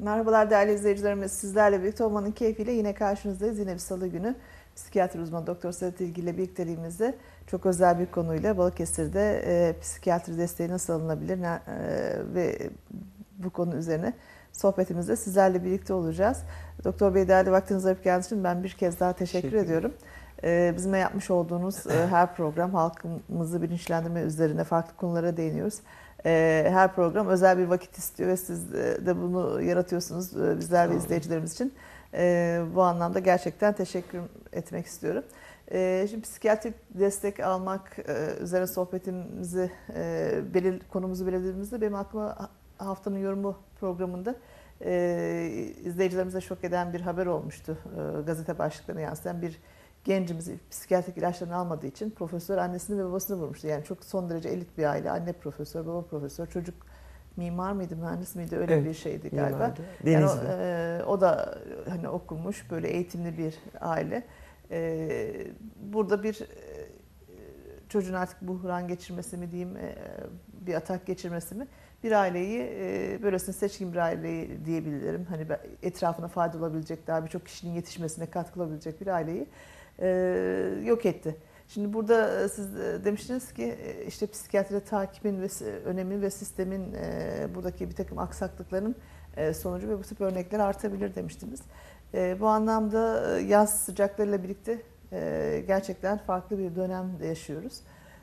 Merhabalar değerli izleyicilerimiz. Sizlerle birlikte olmanın keyfiyle yine karşınızdayız. Yine bir salı günü psikiyatri uzmanı Doktor Sedat İlgili ile birlikteliğimizde çok özel bir konuyla Balıkesir'de psikiyatri desteği nasıl alınabilir ve bu konu üzerine sohbetimizde sizlerle birlikte olacağız. Doktor Bey, değerli vaktinizi ayırıp geldiğiniz için ben bir kez daha teşekkür ediyorum. Bizimle yapmış olduğunuz her program halkımızı bilinçlendirme üzerine farklı konulara değiniyoruz. Her program özel bir vakit istiyor ve siz de bunu yaratıyorsunuz bizler ve izleyicilerimiz için. Bu anlamda gerçekten teşekkür etmek istiyorum. Şimdi psikiyatrik destek almak üzerine sohbetimizi, konumuzu belirlediğimizde benim aklıma haftanın yorumu programında izleyicilerimize şok eden bir haber olmuştu. Gazete başlıklarına yansıyan bir gencimiz psikiyatrik ilaçlarını almadığı için profesör annesini ve babasını vurmuştu. Yani çok son derece elit bir aile. Anne profesör, baba profesör, çocuk mimar mıydı, mühendis miydi, öyle bir şeydi galiba. Yani o da hani okumuş, böyle eğitimli bir aile. Burada bir çocuğun artık buhran geçirmesi mi diyeyim, bir atak geçirmesi mi? Bir aileyi, böylesine seçkin bir aileyi diyebilirim. Hani etrafına fayda olabilecek, daha birçok kişinin yetişmesine katkı olabilecek bir aileyi yok etti. Şimdi burada siz demiştiniz ki işte psikiyatride takibin ve önemi ve sistemin buradaki bir takım aksaklıkların sonucu ve bu tip örnekler artabilir demiştiniz. Bu anlamda yaz sıcaklarıyla birlikte gerçekten farklı bir dönemde yaşıyoruz.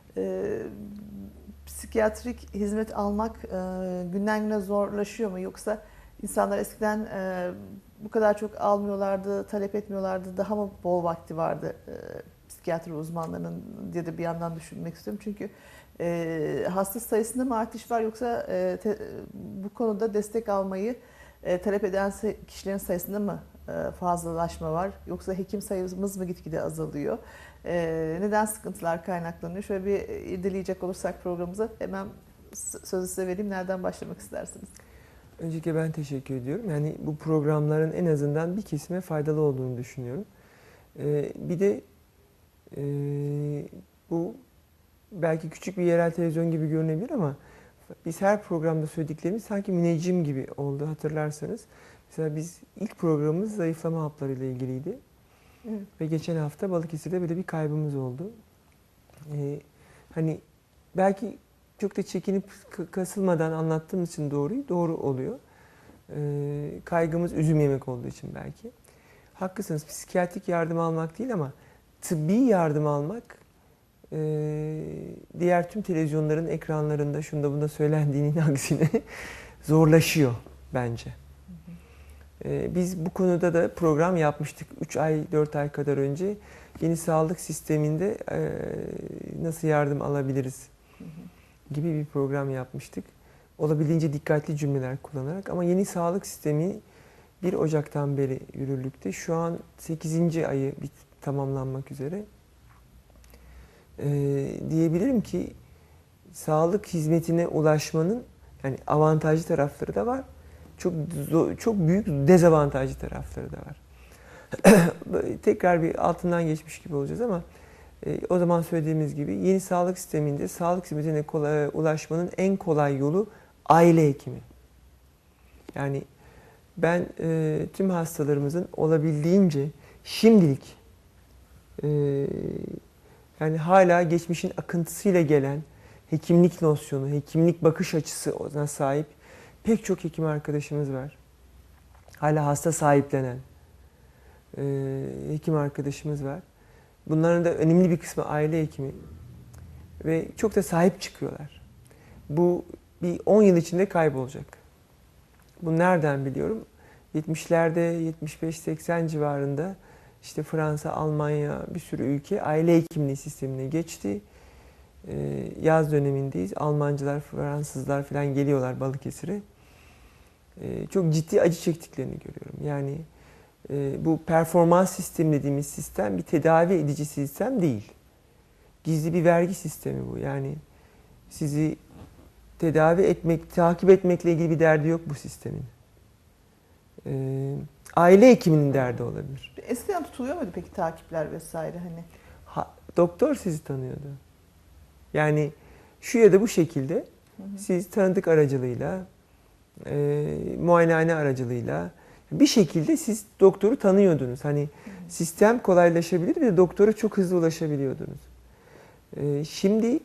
Psikiyatrik hizmet almak günden güne zorlaşıyor mu? Yoksa insanlar eskiden bu kadar çok almıyorlardı, talep etmiyorlardı, daha mı bol vakti vardı psikiyatri uzmanlarının diye de bir yandan düşünmek istiyorum. Çünkü hasta sayısında mı artış var, yoksa bu konuda destek almayı talep eden kişilerin sayısında mı fazlalaşma var? Yoksa hekim sayımız mı gitgide azalıyor? Neden sıkıntılar kaynaklanıyor? Şöyle bir irdeleyecek olursak programımıza, hemen sözü size vereyim. Nereden başlamak istersiniz? Öncelikle ben teşekkür ediyorum. Yani bu programların en azından bir kesime faydalı olduğunu düşünüyorum. Bir de bu belki küçük bir yerel televizyon gibi görünebilir ama biz her programda söylediklerimiz sanki müneccim gibi oldu, hatırlarsanız. Mesela biz ilk programımız zayıflama haplarıyla ilgiliydi. Evet. Ve geçen hafta Balıkesir'de böyle bir kaybımız oldu. Hani belki çok da çekinip kasılmadan anlattığım için doğru oluyor. Kaygımız üzüm yemek olduğu için belki. Haklısınız, psikiyatrik yardım almak değil ama tıbbi yardım almak diğer tüm televizyonların ekranlarında şunda bunda söylendiğinin aksine zorlaşıyor bence. Biz bu konuda da program yapmıştık 3 ay 4 ay kadar önce. Yeni sağlık sisteminde nasıl yardım alabiliriz gibi bir program yapmıştık. Olabildiğince dikkatli cümleler kullanarak, ama yeni sağlık sistemi 1 Ocak'tan beri yürürlükte. Şu an 8. ayı tamamlanmak üzere. Diyebilirim ki sağlık hizmetine ulaşmanın yani avantajlı tarafları da var. Çok büyük dezavantajlı tarafları da var. Tekrar bir altından geçmiş gibi olacağız ama o zaman söylediğimiz gibi yeni sağlık sisteminde sağlık hizmetine ulaşmanın en kolay yolu aile hekimi. Yani ben tüm hastalarımızın olabildiğince şimdilik yani hala geçmişin akıntısıyla gelen hekimlik nosyonu, hekimlik bakış açısına sahip pek çok hekim arkadaşımız var. Hala hasta sahiplenen hekim arkadaşımız var. Bunların da önemli bir kısmı aile hekimi ve çok da sahip çıkıyorlar. Bu bir 10 yıl içinde kaybolacak. Bu nereden biliyorum? 70'lerde 75-80 civarında işte Fransa, Almanya, bir sürü ülke aile hekimliği sistemine geçti. Yaz dönemindeyiz. Almancılar, Fransızlar falan geliyorlar Balıkesir'e. Çok ciddi acı çektiklerini görüyorum. Yani bu performans sistemi dediğimiz sistem bir tedavi edici sistem değil. Gizli bir vergi sistemi bu. Yani sizi tedavi etmek, takip etmekle ilgili bir derdi yok bu sistemin. Aile hekiminin derdi olabilir. Eskiden tutuluyor muydu peki takipler vesaire hani? Doktor sizi tanıyordu. Yani şu ya da bu şekilde siz tanıdık aracılığıyla muayenehane aracılığıyla bir şekilde siz doktoru tanıyordunuz. Hani sistem kolaylaşabilir ve doktora çok hızlı ulaşabiliyordunuz. Şimdi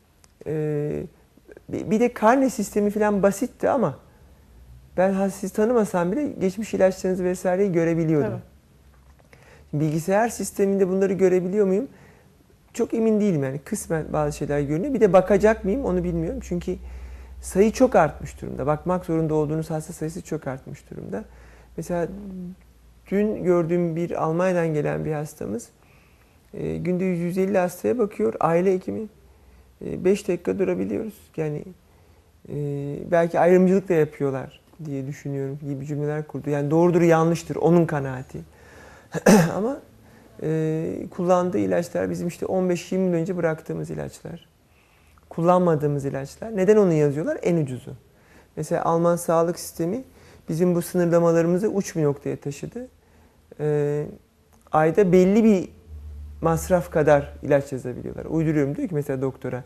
bir de karne sistemi falan basitti ama ben sizi tanımasam bile geçmiş ilaçlarınızı vesaireyi görebiliyordum. Evet. Bilgisayar sisteminde bunları görebiliyor muyum? Çok emin değilim yani. Kısmen bazı şeyler görünüyor. Bir de bakacak mıyım onu bilmiyorum. Çünkü sayı çok artmış durumda. Bakmak zorunda olduğunuz hasta sayısı çok artmış durumda. Mesela dün gördüğüm bir Almanya'dan gelen bir hastamız günde 150 hastaya bakıyor. Aile hekimi 5 dakika durabiliyoruz. Yani belki ayrımcılık da yapıyorlar diye düşünüyorum gibi cümleler kurdu. Yani doğrudur yanlıştır onun kanaati. Ama kullandığı ilaçlar bizim işte 15-20 yıl önce bıraktığımız ilaçlar. Kullanmadığımız ilaçlar. Neden onu yazıyorlar? En ucuzu. Mesela Alman sağlık sistemi bizim bu sınırlamalarımızı uç bir noktaya taşıdı. Ayda belli bir masraf kadar ilaç yazabiliyorlar. Uyduruyorum diyor ki mesela doktora.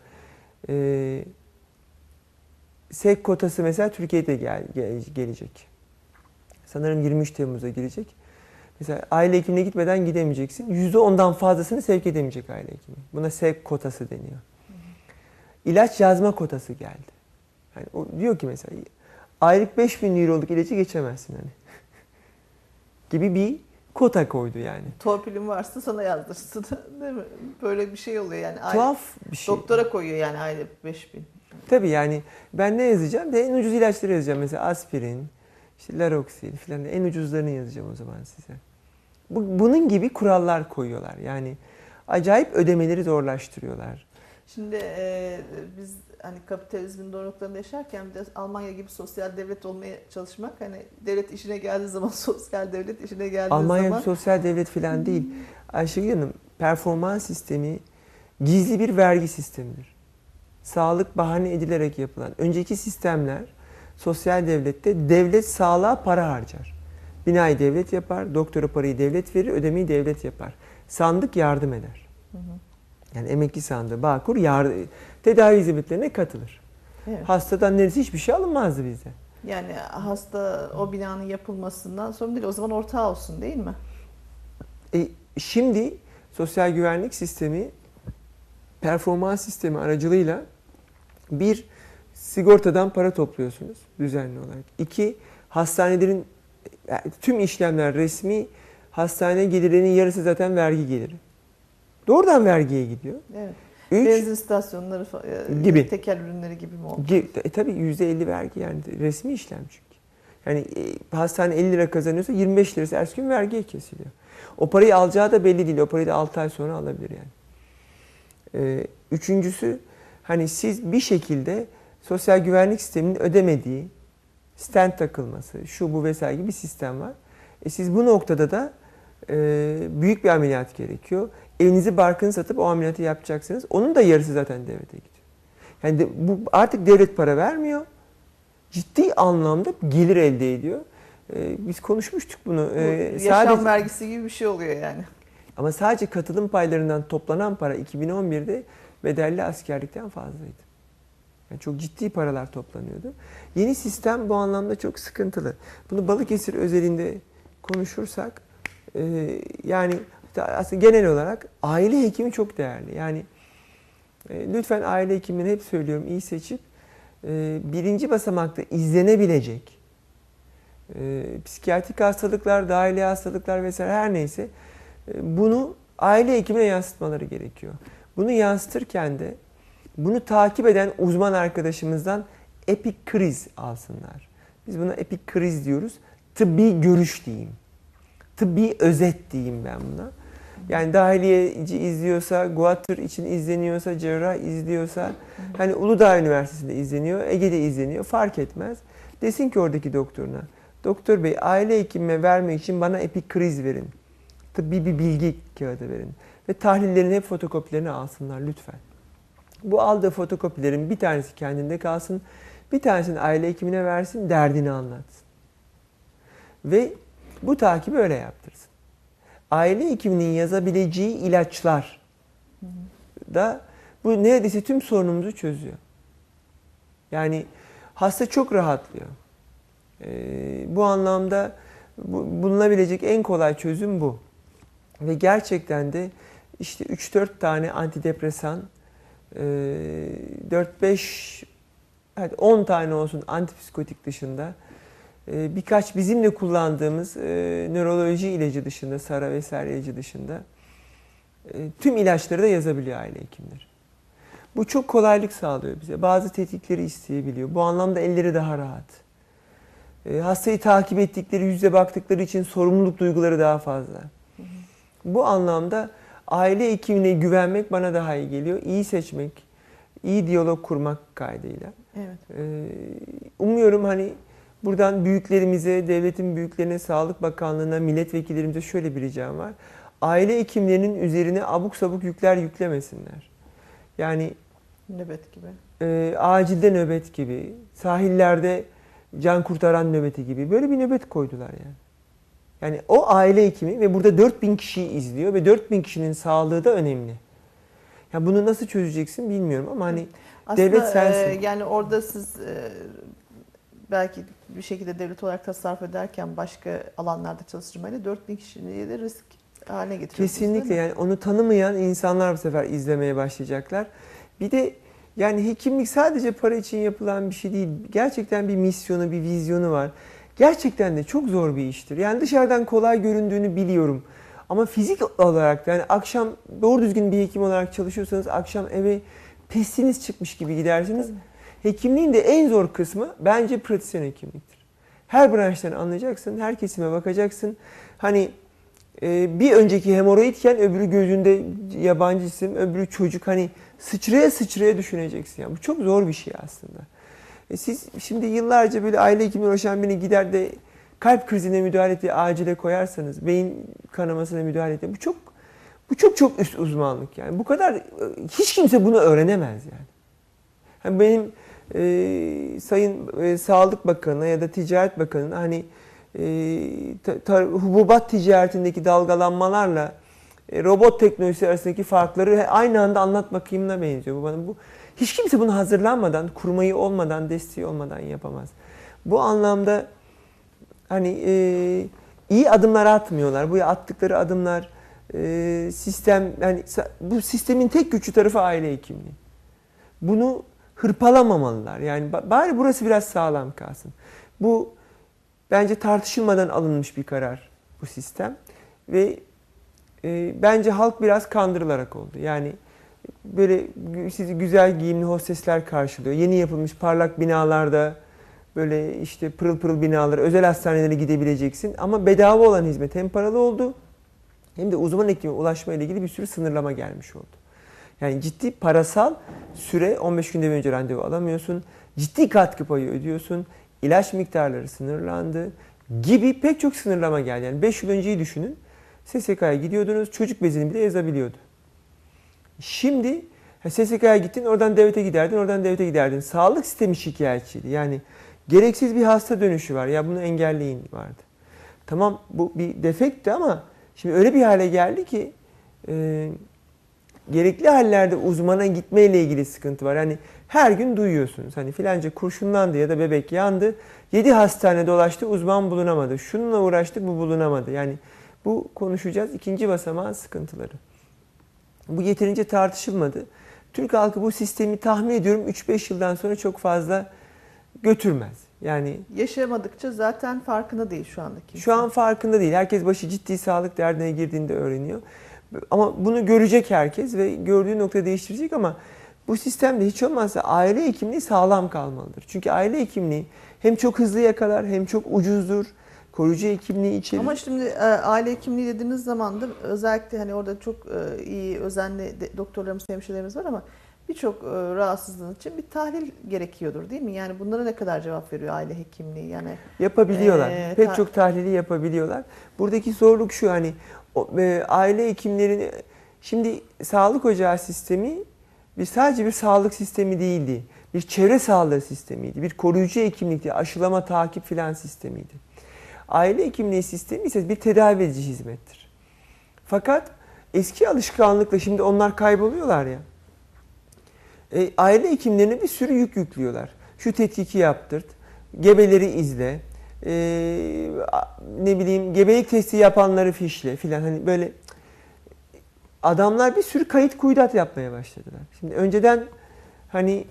SEK kotası mesela Türkiye'de gelecek. Sanırım 23 Temmuz'a girecek. Mesela aile hekimine gitmeden gidemeyeceksin. %10'dan fazlasını sevk edemeyecek aile hekimi. Buna SEK kotası deniyor. İlaç yazma kotası geldi. Yani o diyor ki mesela aylık 5.000 euroluk ilacı geçemezsin hani. Gibi bir kota koydu yani. Torpilin varsa sana yazdırsın. Değil mi? Böyle bir şey oluyor yani. Tuhaf bir şey. Doktora koyuyor yani aile 5.000. Tabii yani ben ne yazacağım? En ucuz ilaçları yazacağım. Mesela aspirin, işte Laroxil falan en ucuzlarını yazacağım o zaman size. Bunun gibi kurallar koyuyorlar. Yani acayip ödemeleri zorlaştırıyorlar. Şimdi biz hani kapitalizmin doruklarında yaşarken bir de Almanya gibi sosyal devlet olmaya çalışmak, hani devlet işine geldiği zaman sosyal devlet işine geldiği Almanya zaman. sosyal devlet falan değil. Ayşegül Hanım, performans sistemi gizli bir vergi sistemidir. Sağlık bahane edilerek yapılan. Önceki sistemler sosyal devlette devlet sağlığa para harcar. Binayı devlet yapar, doktora parayı devlet verir, ödemeyi devlet yapar. Sandık yardım eder. Yani emekli sandığı, Bağkur tedavi hizmetlerine katılır. Evet. Hastadan neresi hiçbir şey alınmazdı bizde. Yani hasta o binanın yapılmasından sorumlu değil. O zaman ortağı olsun değil mi? Şimdi sosyal güvenlik sistemi, performans sistemi aracılığıyla bir, sigortadan para topluyorsunuz düzenli olarak. İki, hastanelerin tüm işlemler resmi, hastane gelirlerinin yarısı zaten vergi geliri. Doğrudan vergiye gidiyor. Evet. Üç, benzin istasyonları gibi. tekel ürünleri gibi mi oldu? Tabii %50 vergi yani resmi işlem çünkü. Yani hastane 50 lira kazanıyorsa 25 lirası ertesi gün vergiye kesiliyor. O parayı alacağı da belli değil. O parayı da 6 ay sonra alabilir yani. Üçüncüsü, hani siz bir şekilde sosyal güvenlik sisteminin ödemediği stent takılması, şu bu vesaire gibi bir sistem var. Siz bu noktada da büyük bir ameliyat gerekiyor. Evinizi barkını satıp o ameliyatı yapacaksınız. Onun da yarısı zaten devlete gidiyor. Yani bu artık devlet para vermiyor. Ciddi anlamda gelir elde ediyor. Biz konuşmuştuk bunu. Yaşam Sadece, vergisi gibi bir şey oluyor yani. ama sadece katılım paylarından toplanan para 2011'de bedelli askerlikten fazlaydı. Yani çok ciddi paralar toplanıyordu. Yeni sistem bu anlamda çok sıkıntılı. Bunu Balıkesir özelinde konuşursak yani aslında genel olarak aile hekimi çok değerli. Yani lütfen aile hekimini hep söylüyorum iyi seçip birinci basamakta izlenebilecek psikiyatrik hastalıklar, dahiliye hastalıklar vesaire her neyse bunu aile hekimine yansıtmaları gerekiyor. Bunu yansıtırken de bunu takip eden uzman arkadaşımızdan epikriz alsınlar. Biz buna epikriz diyoruz. Tıbbi görüş diyeyim. Tıbbi özet diyeyim ben buna. Yani dahiliyeci izliyorsa, Guatr için izleniyorsa, cerrah izliyorsa, hani Uludağ Üniversitesi'nde izleniyor, Ege'de izleniyor fark etmez. Desin ki oradaki doktoruna, doktor bey aile hekimime vermek için bana epikriz verin. Tıbbi bir bilgi kağıdı verin. Ve tahlillerin hep fotokopilerini alsınlar lütfen. Bu aldığı fotokopilerin bir tanesi kendinde kalsın, bir tanesini aile hekimine versin, derdini anlatsın. Ve bu takibi öyle yaptırsın. Aile hekiminin yazabileceği ilaçlar da bu neredeyse tüm sorunumuzu çözüyor. Yani hasta çok rahatlıyor. Bu anlamda bulunabilecek en kolay çözüm bu. Ve gerçekten de işte 3-4 tane antidepresan, 4-5, hadi 10 tane olsun antipsikotik dışında, birkaç bizim de kullandığımız nöroloji ilacı dışında, SARA vesaire ilacı dışında tüm ilaçları da yazabiliyor aile hekimleri. Bu çok kolaylık sağlıyor bize. Bazı tetkikleri isteyebiliyor. Bu anlamda elleri daha rahat. Hastayı takip ettikleri, yüze baktıkları için sorumluluk duyguları daha fazla. Bu anlamda aile hekimine güvenmek bana daha iyi geliyor. İyi seçmek, iyi diyalog kurmak kaydıyla. Evet. Umuyorum hani buradan büyüklerimize, devletin büyüklerine, Sağlık Bakanlığı'na, milletvekillerimize şöyle bir ricam var. Aile hekimlerinin üzerine abuk sabuk yükler yüklemesinler. Yani nöbet gibi. Acilde nöbet gibi, sahillerde can kurtaran nöbeti gibi böyle bir nöbet koydular yani. Yani o aile hekimi ve burada 4000 kişiyi izliyor ve 4000 kişinin sağlığı da önemli. Ya bunu nasıl çözeceksin bilmiyorum ama hani aslında, devlet sensin. Yani orada siz belki bir şekilde devlet olarak tasarruf ederken başka alanlarda çalıştırmayla 4000 kişiyi de risk haline getiriyorsunuz. Kesinlikle, yani onu tanımayan insanlar bu sefer izlemeye başlayacaklar. Bir de yani hekimlik sadece para için yapılan bir şey değil. Gerçekten bir misyonu, bir vizyonu var. Gerçekten de çok zor bir iştir. Yani dışarıdan kolay göründüğünü biliyorum. Ama fizik olarak yani akşam doğru düzgün bir hekim olarak çalışıyorsanız akşam eve pesiniz çıkmış gibi gidersiniz. Tabii. Hekimliğin de en zor kısmı bence pratisyen hekimliktir. Her branştan anlayacaksın, her kesime bakacaksın. Hani bir önceki hemoroidken öbürü gözünde yabancı isim, öbürü çocuk, hani sıçraya sıçraya düşüneceksin. Yani bu çok zor bir şey aslında. Siz şimdi yıllarca böyle aile hekimine uğraşan birini gider de kalp krizine müdahale ettiği acile koyarsanız, beyin kanamasına müdahale ettiği, bu çok üst uzmanlık yani. Bu kadar hiç kimse bunu öğrenemez yani. Yani benim Sayın Sağlık Bakanı'na ya da Ticaret Bakanı'na hani hububat ticaretindeki dalgalanmalarla robot teknolojisi arasındaki farkları aynı anda anlat bakayımına benziyor. Bu hiç kimse bunu hazırlanmadan, kurmayı olmadan, desteği olmadan yapamaz. Bu anlamda hani iyi adımlar atmıyorlar. Bu attıkları adımlar sistem, yani bu sistemin tek güçlü tarafı aile hekimliği. Bunu hırpalamamalılar. Yani bari burası biraz sağlam kalsın. Bu bence tartışılmadan alınmış bir karar bu sistem ve bence halk biraz kandırılarak oldu. Yani böyle sizi güzel giyimli hostesler karşılıyor. Yeni yapılmış parlak binalarda böyle işte pırıl pırıl binalar, özel hastanelere gidebileceksin. Ama bedava olan hizmet hem paralı oldu hem de uzman hekime ulaşma ile ilgili bir sürü sınırlama gelmiş oldu. Yani ciddi parasal süre, 15 günde önce randevu alamıyorsun. Ciddi katkı payı ödüyorsun. İlaç miktarları sınırlandı gibi pek çok sınırlama geldi. Yani 5 yıl önceyi düşünün. SSK'ya gidiyordunuz, çocuk bezini bile yazabiliyordu. Şimdi SSK'ya gittin, oradan devlete giderdin, oradan devlete giderdin. Sağlık sistemi şikayetçiydi. Yani gereksiz bir hasta dönüşü var. Ya bunu engelleyin vardı. Tamam, bu bir defektti ama şimdi öyle bir hale geldi ki gerekli hallerde uzmana gitmeyle ilgili sıkıntı var. Yani her gün duyuyorsunuz. Hani filanca kurşunlandı ya da bebek yandı. 7 hastane dolaştı, uzman bulunamadı. Şununla uğraştı, bu bulunamadı. Yani bu konuşacağız. İkinci basamağın sıkıntıları. Bu yeterince tartışılmadı. Türk halkı bu sistemi tahmin ediyorum 3-5 yıldan sonra çok fazla götürmez. Yani yaşamadıkça zaten farkında değil şu andaki. Şu an farkında değil. Herkes başı ciddi sağlık derdine girdiğinde öğreniyor. Ama bunu görecek herkes ve gördüğü nokta değiştirecek ama bu sistemde hiç olmazsa aile hekimliği sağlam kalmalıdır. Çünkü aile hekimliği hem çok hızlı yakalar hem çok ucuzdur. Koruyucu hekimliği içerir. Ama şimdi aile hekimliği dediğiniz zaman da özellikle hani orada çok iyi özenli doktorlarımız, hemşirelerimiz var ama birçok rahatsızlığın için bir tahlil gerekiyordur değil mi? Yani bunlara ne kadar cevap veriyor aile hekimliği? Yani yapabiliyorlar. Pek çok tahlili yapabiliyorlar. Buradaki zorluk şu, hani aile hekimlerini, şimdi sağlık ocağı sistemi sadece bir sağlık sistemi değildi. Bir çevre sağlığı sistemiydi. Bir koruyucu hekimlikti. Aşılama, takip filan sistemiydi. Aile hekimliği sistemi ise bir tedavi edici hizmettir. Fakat eski alışkanlıkla şimdi onlar kayboluyorlar ya. Aile hekimlerine bir sürü yük yüklüyorlar. Şu tetkiki yaptırt, gebeleri izle, ne bileyim gebelik testi yapanları fişle filan, hani böyle adamlar bir sürü kayıt kuyudat yapmaya başladılar. Şimdi önceden hani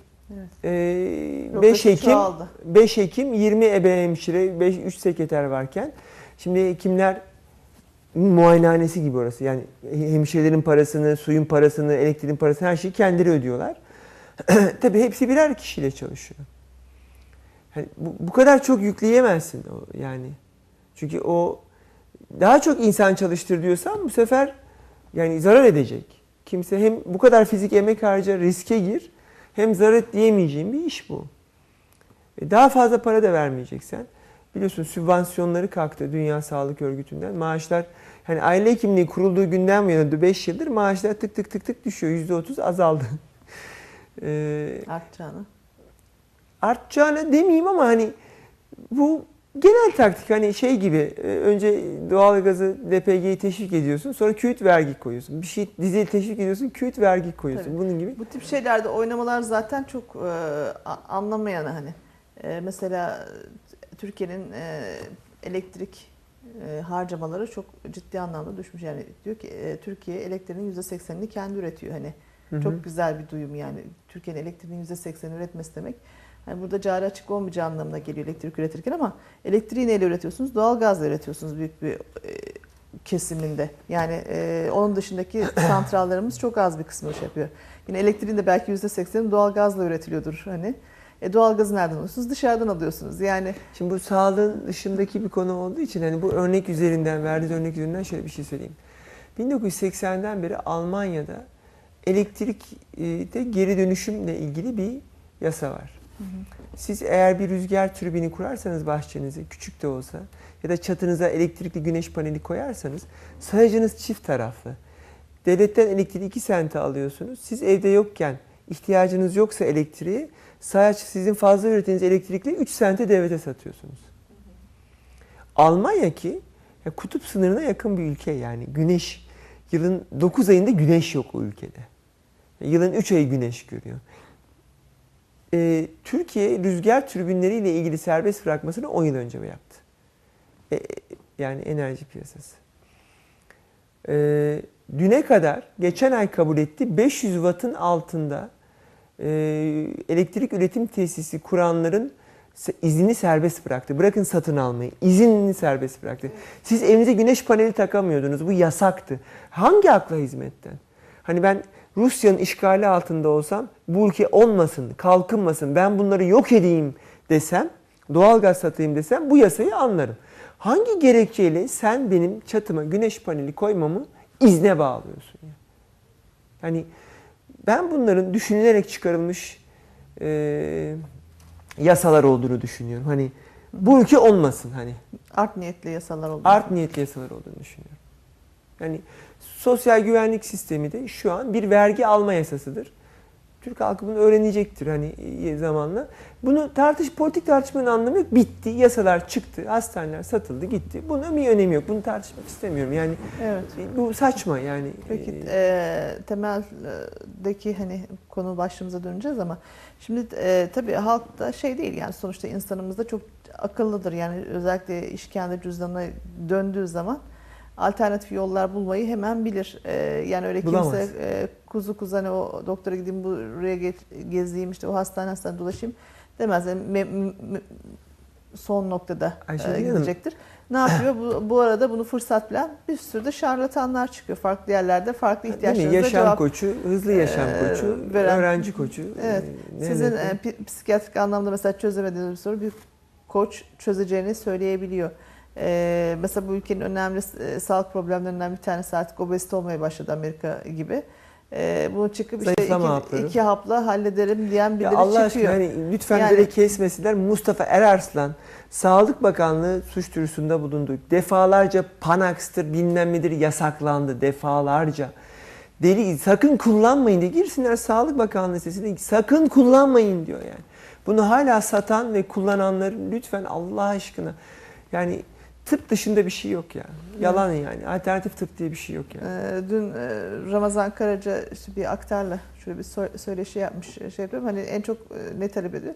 Evet. 5 hekim 20 ebe hemşire 3 sekreter varken şimdi hekimler muayenehanesi gibi orası. Yani hemşirelerin parasını, suyun parasını, elektriğin parasını, her şeyi kendileri ödüyorlar. Tabii hepsi birer kişiyle çalışıyor. Yani bu kadar çok yükleyemezsin yani. Çünkü o daha çok insan çalıştır diyorsan bu sefer yani zarar edecek. Kimse hem bu kadar fizik emek harcar, riske gir, hem zarar et diyemeyeceğin bir iş bu. Daha fazla para da vermeyeceksen. Biliyorsun sübvansiyonları kalktı Dünya Sağlık Örgütü'nden. Maaşlar, hani aile hekimliği kurulduğu günden bu yana 5 yıldır maaşlar tık tık tık tık düşüyor. %30 azaldı. Artacağını. Artacağını demeyeyim ama hani bu genel taktik, hani şey gibi, önce doğalgazı, LPG'yi teşvik ediyorsun, sonra KÜİT vergi koyuyorsun. Bir şey dizel teşvik ediyorsun, KÜİT vergi koyuyorsun. Tabii. Bunun gibi. Bu tip şeylerde oynamalar zaten çok anlamayan, hani mesela Türkiye'nin elektrik harcamaları çok ciddi anlamda düşmüş. Yani diyor ki Türkiye elektriğinin %80'ini kendi üretiyor. Hani çok güzel bir duyum yani. Türkiye'nin elektriğinin %80'ini üretmesi demek. Yani burada cari açık olmayacağı anlamına geliyor elektrik üretirken, ama elektriği neyle üretiyorsunuz? Doğalgazla üretiyorsunuz büyük bir kesiminde. Yani onun dışındaki santrallarımız çok az bir kısmını şey yapıyor. Yine elektriğin de belki %80'i doğalgazla üretiliyordur hani. Doğalgazı nereden alıyorsunuz? Dışarıdan alıyorsunuz. Yani şimdi bu sağlığın dışındaki bir konu olduğu için hani bu örnek üzerinden, verdiğiniz örnek üzerinden şöyle bir şey söyleyeyim. 1980'den beri Almanya'da elektrikte geri dönüşümle ilgili bir yasa var. Siz eğer bir rüzgar türbini kurarsanız bahçenize, küçük de olsa, ya da çatınıza elektrikli güneş paneli koyarsanız, sayacınız çift taraflı. Devletten elektriği 2 sente alıyorsunuz. Siz evde yokken, ihtiyacınız yoksa elektriği, sayaç sizin fazla ürettiğiniz elektrikle 3 sente devlete satıyorsunuz. Almanya ki kutup sınırına yakın bir ülke, yani güneş, yılın 9 ayında güneş yok o ülkede. Yılın 3 ayı güneş görüyor. Türkiye rüzgar türbinleriyle ilgili serbest bırakmasını 10 yıl önce yaptı. Yani enerji piyasası. Düne kadar, geçen ay kabul etti, 500 wattın altında elektrik üretim tesisi kuranların iznini serbest bıraktı. Bırakın satın almayı, iznini serbest bıraktı. Siz evinize güneş paneli takamıyordunuz, bu yasaktı. Hangi akla hizmetten? Hani ben Rusya'nın işgali altında olsam, bu ülke olmasın, kalkınmasın, ben bunları yok edeyim desem, doğalgaz satayım desem bu yasayı anlarım. Hangi gerekçeyle sen benim çatıma güneş paneli koymamı izne bağlıyorsun ya? Yani ben bunların düşünülerek çıkarılmış yasalar olduğunu düşünüyorum. Hani bu ülke olmasın hani. art niyetli yasalar olduğunu. Art niyetli yasalar olduğunu düşünüyorum. Yani sosyal güvenlik sistemi de şu an bir vergi alma yasasıdır. Türk halkı bunu öğrenecektir hani zamanla. Bunu politik tartışmanın anlamı yok. Bitti, yasalar çıktı, hastaneler satıldı, gitti. Bunun bir önemi yok. Bunu tartışmak istemiyorum. Yani evet. Bu saçma yani. Peki temeldeki hani konu başlığımıza döneceğiz ama şimdi tabii halk da şey değil, yani sonuçta insanımız da çok akıllıdır. Yani özellikle işkence cüzdanına döndüğü zaman alternatif yollar bulmayı hemen bilir. Yani öyle Bulamaz. kimse kuzu hani o doktora gideyim, buraya gezeyim, işte o hastane dolaşayım demez. Yani son noktada gidecektir. Ne yapıyor? Bu arada bunu fırsat bilen bir sürü de şarlatanlar çıkıyor. Farklı yerlerde farklı ihtiyaçlarınıza yaşam cevap koçu, hızlı yaşam koçu, öğrenci koçu. Evet. Sizin psikiyatrik anlamda mesela çözemediğiniz bir soru bir koç çözeceğini söyleyebiliyor. Mesela bu ülkenin önemli sağlık problemlerinden bir tanesi artık obezite olmaya başladı, Amerika gibi. Bunu çıkıp işte iki hapla hallederim diyen birileri çıkıyor. Allah aşkına hani lütfen böyle kesmesinler. Mustafa Erarslan Sağlık Bakanlığı suç duyurusunda bulundu. Defalarca Panax'tır bilmem nedir yasaklandı defalarca. Deli sakın kullanmayın diye girsinler Sağlık Bakanlığı sitesine, sakın kullanmayın diyor yani. Bunu hala satan ve kullananların lütfen Allah aşkına, yani tıp dışında bir şey yok ya. Yalan yani. Alternatif tıp diye bir şey yok yani. Dün Ramazan Karaca işte bir aktarla şöyle bir söyleşi yapmış, şey yapıyorum. Hani en çok ne talep ediyor?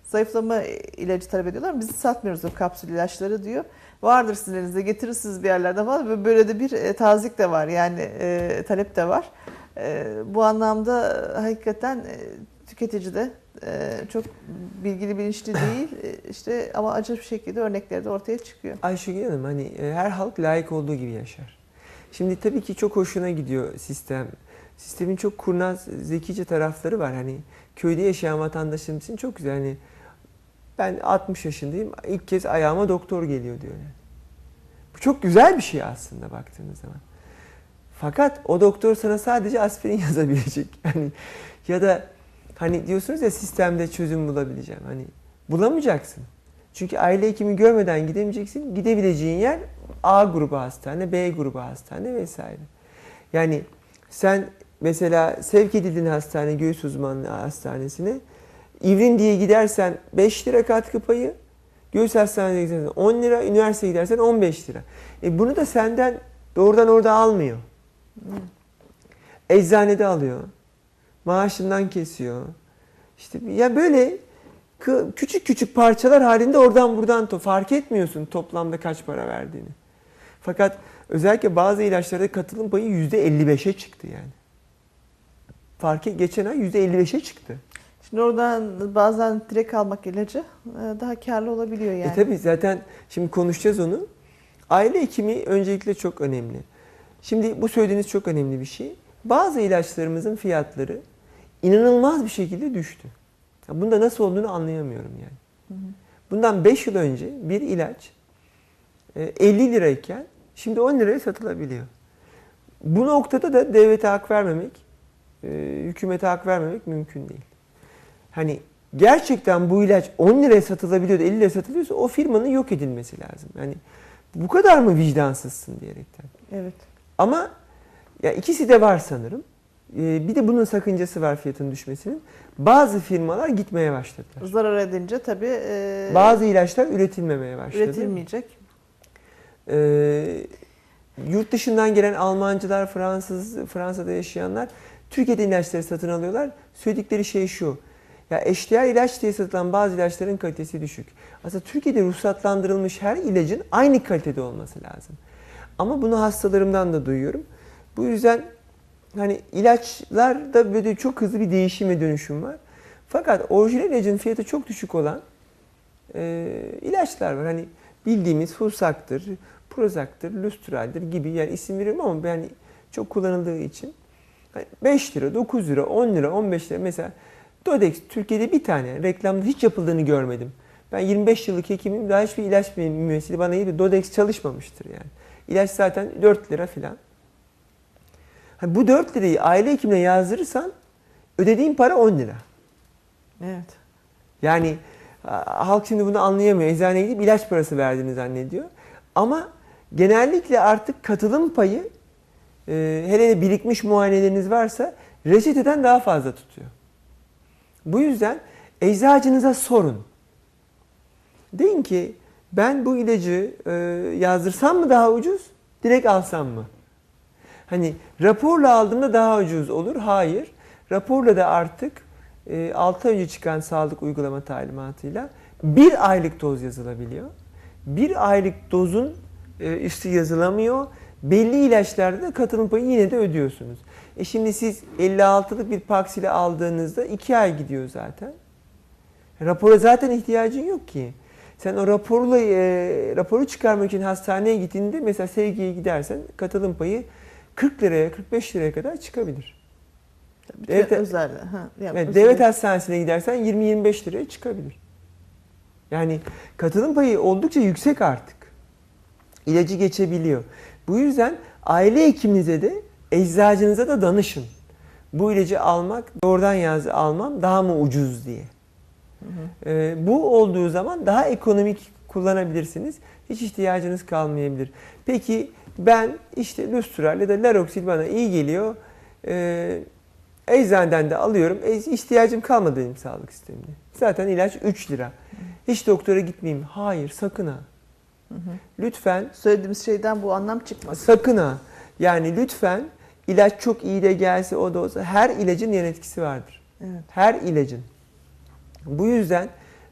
zayıflama ilacı talep ediyorlar. Biz satmıyoruz o kapsül ilaçları diyor. Vardır sizin elinizde, getirirsiniz bir yerlerden falan. Böyle de bir tazik de var, yani talep de var. Bu anlamda hakikaten tüketici de çok bilgili, bilinçli değil. İşte ama acı bir şekilde örnekleri de ortaya çıkıyor. Ayşegül Hanım, hani her halk layık olduğu gibi yaşar. Şimdi tabii ki çok hoşuna gidiyor sistem. Sistemin çok kurnaz, zekice tarafları var. Hani köyde yaşayan vatandaşım için çok güzel. Hani ben 60 yaşındayım, ilk kez ayağıma doktor geliyor diyor. Yani. Bu çok güzel bir şey aslında baktığınız zaman. Fakat o doktor sana sadece aspirin yazabilecek. Hani ya da hani diyorsunuz ya, sistemde çözüm bulabileceğim. Hani bulamayacaksın. Çünkü aile hekimi görmeden gidemeyeceksin. Gidebileceğin yer A grubu hastane, B grubu hastane vesaire. Yani sen mesela sevk edildin hastane, göğüs uzmanlığı hastanesine. İvrin diye gidersen 5 lira katkı payı, göğüs hastanesine gidersen 10 lira, üniversiteye gidersen 15 lira. Bunu da senden doğrudan orada almıyor. Eczanede alıyor. Maaşından kesiyor. İşte ya böyle küçük küçük parçalar halinde oradan buradan fark etmiyorsun toplamda kaç para verdiğini. Fakat özellikle bazı ilaçlarda katılım payı %55'e çıktı yani. Geçen ay %55'e çıktı. Şimdi oradan bazen direkt almak ilacı daha karlı olabiliyor yani. Tabii zaten şimdi konuşacağız onu. Aile hekimi öncelikle çok önemli. Şimdi bu söylediğiniz çok önemli bir şey. Bazı ilaçlarımızın fiyatları inanılmaz bir şekilde düştü. Bunda nasıl olduğunu anlayamıyorum yani. Bundan 5 yıl önce bir ilaç 50 lirayken şimdi 10 liraya satılabiliyor. Bu noktada da devlete hak vermemek, hükümete hak vermemek mümkün değil. Hani gerçekten bu ilaç 10 liraya satılabiliyor da 50 liraya satılıyorsa o firmanın yok edilmesi lazım. Yani bu kadar mı vicdansızsın diyerekten. Evet. Ama ya ikisi de var sanırım. Bir de bunun sakıncası var fiyatın düşmesinin. Bazı firmalar gitmeye başladılar. Zarar edince tabii... Bazı ilaçlar üretilmemeye başladı. Üretilmeyecek. Yurt dışından gelen Almancılar, Fransa'da yaşayanlar Türkiye'de ilaçları satın alıyorlar. Söyledikleri şey şu. Ya eşdeğer ilaç diye satılan bazı ilaçların kalitesi düşük. Aslında Türkiye'de ruhsatlandırılmış her ilacın aynı kalitede olması lazım. Ama bunu hastalarımdan da duyuyorum. Bu yüzden hani ilaçlarda böyle çok hızlı bir değişim ve dönüşüm var. Fakat orijinal ilacın fiyatı çok düşük olan ilaçlar var. Hani bildiğimiz Fursak'tır, Prozac'tır, Lustral'dir gibi, yani isim veriyorum ama yani çok kullanıldığı için. 5 lira, 9 lira, 10 lira, 15 lira mesela Dodex Türkiye'de bir tane reklamda hiç yapıldığını görmedim. Ben 25 yıllık hekimim, daha hiçbir ilaç mümessili bana iyi bir Dodex çalışmamıştır yani. İlaç zaten 4 lira filan. Hani bu 4 lirayı aile hekimine yazdırırsan ödediğin para 10 lira. Evet. Yani halk şimdi bunu anlayamıyor. Eczaneye gidip ilaç parası verdiğini zannediyor. Ama genellikle artık katılım payı hele de birikmiş muayeneleriniz varsa reçeteden daha fazla tutuyor. Bu yüzden eczacınıza sorun. Deyin ki ben bu ilacı yazdırsam mı daha ucuz, direkt alsam mı? Hani raporla aldığımda daha ucuz olur. Hayır. Raporla da artık 6 ay önce çıkan sağlık uygulama talimatıyla 1 aylık doz yazılabiliyor. 1 aylık dozun üstü yazılamıyor. Belli ilaçlarda da katılım payı yine de ödüyorsunuz. Şimdi siz 56'lık bir Paxil'i aldığınızda 2 ay gidiyor zaten. Rapora zaten ihtiyacın yok ki. Sen o raporu çıkarmak için hastaneye gittiğinde mesela Sevgi'ye gidersen katılım payı 40 liraya 45 liraya kadar çıkabilir. Özel. Devlet hastanesine gidersen 20-25 liraya çıkabilir. Yani katılım payı oldukça yüksek artık. İlacı geçebiliyor. Bu yüzden aile hekiminize de eczacınıza da danışın. Bu ilacı almak, doğrudan almam daha mı ucuz diye. Bu olduğu zaman daha ekonomik kullanabilirsiniz. Hiç ihtiyacınız kalmayabilir. Peki ben işte Lustral ya da Laroxil bana iyi geliyor. Eczaneden de alıyorum. İhtiyacım kalmadı benim sağlık sistemine. Zaten ilaç 3 lira. Hiç doktora gitmeyeyim. Hayır, sakın ha. Lütfen. Söylediğimiz şeyden bu anlam çıkmasın. Sakın ha. Yani lütfen ilaç çok iyi de gelse o da olsa her ilacın yan etkisi vardır. Evet. Her ilacın. Bu yüzden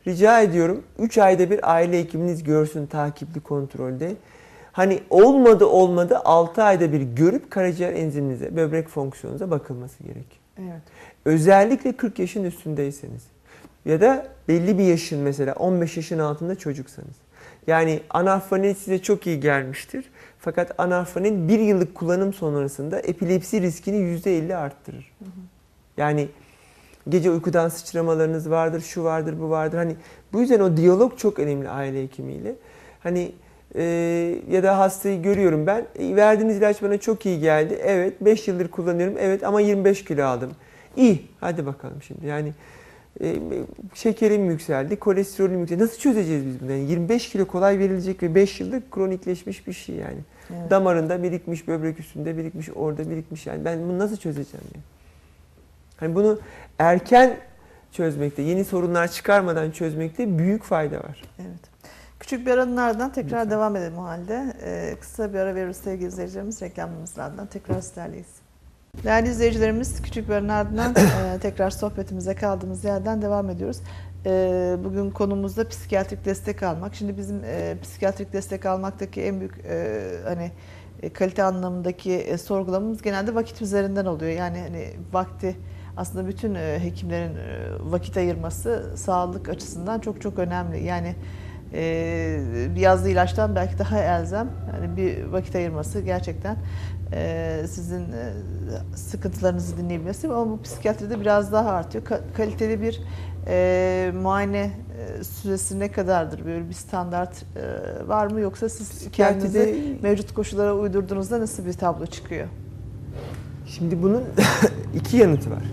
rica ediyorum 3 ayda bir aile hekiminiz görsün takipli kontrolde. Hani olmadı 6 ayda bir görüp karaciğer enziminize, böbrek fonksiyonunuza bakılması gerekiyor. Evet. Özellikle 40 yaşın üstündeyseniz ya da belli bir yaşın, mesela 15 yaşın altında çocuksanız. Yani anarfanin size çok iyi gelmiştir. Fakat anarfanin 1 yıllık kullanım sonrasında epilepsi riskini %50 arttırır. Yani gece uykudan sıçramalarınız vardır, şu vardır, bu vardır. Hani bu yüzden o diyalog çok önemli aile hekimiyle. Hani ya da hastayı görüyorum ben. Verdiğiniz ilaç bana çok iyi geldi. Evet, 5 yıldır kullanıyorum. Evet, ama 25 kilo aldım. İyi, hadi bakalım şimdi. Yani şekerim yükseldi, kolesterolüm yükseldi. Nasıl çözeceğiz biz bunu? Yani 25 kilo kolay verilecek ve 5 yıldır kronikleşmiş bir şey yani. Evet. Damarında birikmiş, böbrek üstünde birikmiş, orada birikmiş. Yani ben bunu nasıl çözeceğim yani? Hani bunu erken çözmekte, yeni sorunlar çıkarmadan çözmekte büyük fayda var. Evet. Küçük bir aranın ardından tekrar Lütfen. devam edelim o halde. Kısa bir ara veririz sevgili izleyicilerimiz. Reklamımızın ardından tekrar sizlerleyiz. Değerli izleyicilerimiz, küçük bir aranın ardından tekrar sohbetimize kaldığımız yerden devam ediyoruz. Bugün konumuzda psikiyatrik destek almak. Şimdi bizim psikiyatrik destek almaktaki en büyük hani kalite anlamındaki sorgulamamız genelde vakit üzerinden oluyor. Yani hani vakti, aslında bütün hekimlerin vakit ayırması sağlık açısından çok çok önemli. Yani bir yazdığı ilaçtan belki daha elzem. Yani bir vakit ayırması gerçekten sizin sıkıntılarınızı dinleyebilmesi, ama bu psikiyatride biraz daha artıyor. Kaliteli bir muayene süresi ne kadardır? Böyle bir standart var mı? Yoksa siz kendinizi mevcut koşullara uydurduğunuzda nasıl bir tablo çıkıyor? Şimdi bunun iki yanıtı var.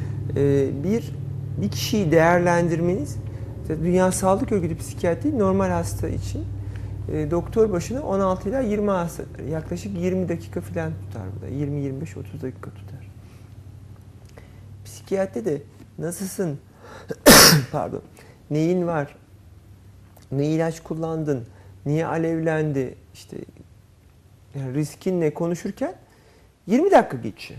Bir kişiyi değerlendirmeniz, Dünya Sağlık Örgütü psikiyatri normal hasta için doktor başına 16 ila 20 hasta, yaklaşık 20 dakika falan tutar burada. 20-25-30 dakika tutar. Psikiyatride de nasılsın, pardon, neyin var, ne ilaç kullandın, niye alevlendi, işte yani riskin ne konuşurken 20 dakika geçiyor.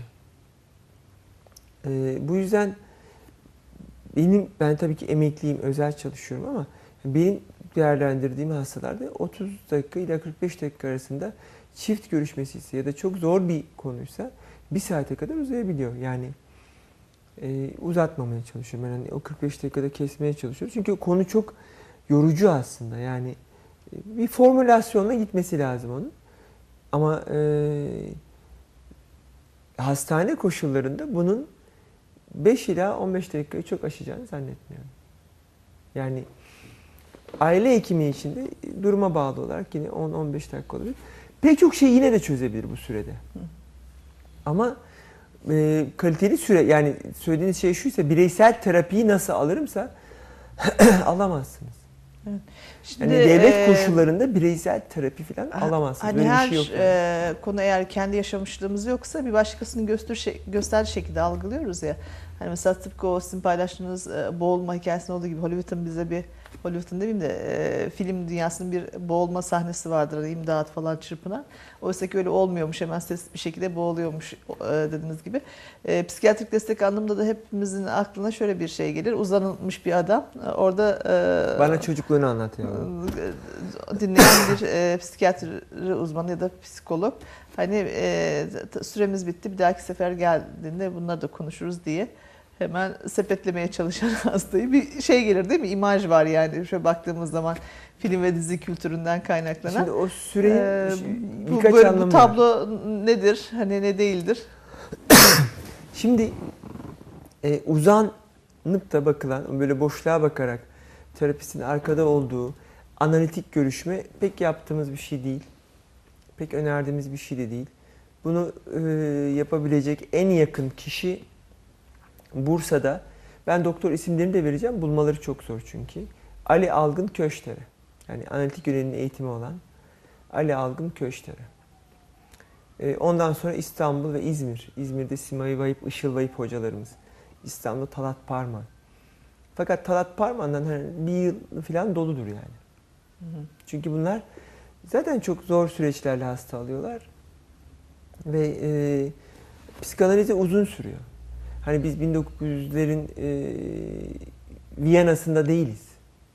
Bu yüzden ben tabii ki emekliyim, özel çalışıyorum ama benim değerlendirdiğim hastalarda 30 dakika ile 45 dakika arasında çift görüşmesi ise ya da çok zor bir konuysa 1 saate kadar uzayabiliyor. Yani uzatmamaya çalışıyorum. Yani o 45 dakikada kesmeye çalışıyoruz. Çünkü konu çok yorucu aslında. Yani bir formülasyonla gitmesi lazım onun. Ama hastane koşullarında bunun 5 ila 15 dakikayı çok aşacağını zannetmiyorum. Yani aile hekimi için de duruma bağlı olarak yine 10-15 dakika olabilir. Pek çok şey yine de çözebilir bu sürede. Ama kaliteli süre, yani söylediğiniz şey şuysa, bireysel terapiyi nasıl alırımsa alamazsınız. Evet. Şimdi, yani devlet koşullarında bireysel terapi falan alamazsınız. Hani böyle her bir şey yok. Yani. konu eğer kendi yaşamışlığımız yoksa bir başkasının gösterdiği şekilde algılıyoruz ya. Hani mesela tıpkı o sizin paylaştığınız boğulma hikayesinde olduğu gibi Hollywood'un bize bir, Hollywood'un demeyeyim de film dünyasının bir boğulma sahnesi vardır. Hani imdat falan çırpınan. Oysa ki öyle olmuyormuş. Hemen ses bir şekilde boğuluyormuş dediğiniz gibi. Psikiyatrik destek anlamında da hepimizin aklına şöyle bir şey gelir. Uzanılmış bir adam. Orada bana çocukluğunu anlatıyor. Dinleyen bir psikiyatri uzmanı ya da psikolog. Hani süremiz bitti, bir dahaki sefer geldiğinde bunları da konuşuruz diye hemen sepetlemeye çalışan hastayı bir şey gelir değil mi? İmaj var yani şöyle baktığımız zaman film ve dizi kültüründen kaynaklanan. Şimdi o sürenin birkaç böyle anlamı bu tablo nedir? Hani ne değildir? Şimdi uzanıp da bakılan, böyle boşluğa bakarak terapistin arkada olduğu analitik görüşme pek yaptığımız bir şey değil. Pek önerdiğimiz bir şey de değil. Bunu yapabilecek en yakın kişi Bursa'da, ben doktor isimlerini de vereceğim, bulmaları çok zor çünkü. Ali Algın Köştere. Yani analitik yönelimi eğitimi olan Ali Algın Köştere. Ondan sonra İstanbul ve İzmir. İzmir'de Simay Vahip, Işıl Vahip hocalarımız. İstanbul'da Talat Parman. Fakat Talat Parman'dan bir yıl falan doludur yani. Çünkü bunlar zaten çok zor süreçlerle hasta alıyorlar. Ve psikanalize uzun sürüyor. Hani biz 1900'lerin Viyana'sında değiliz.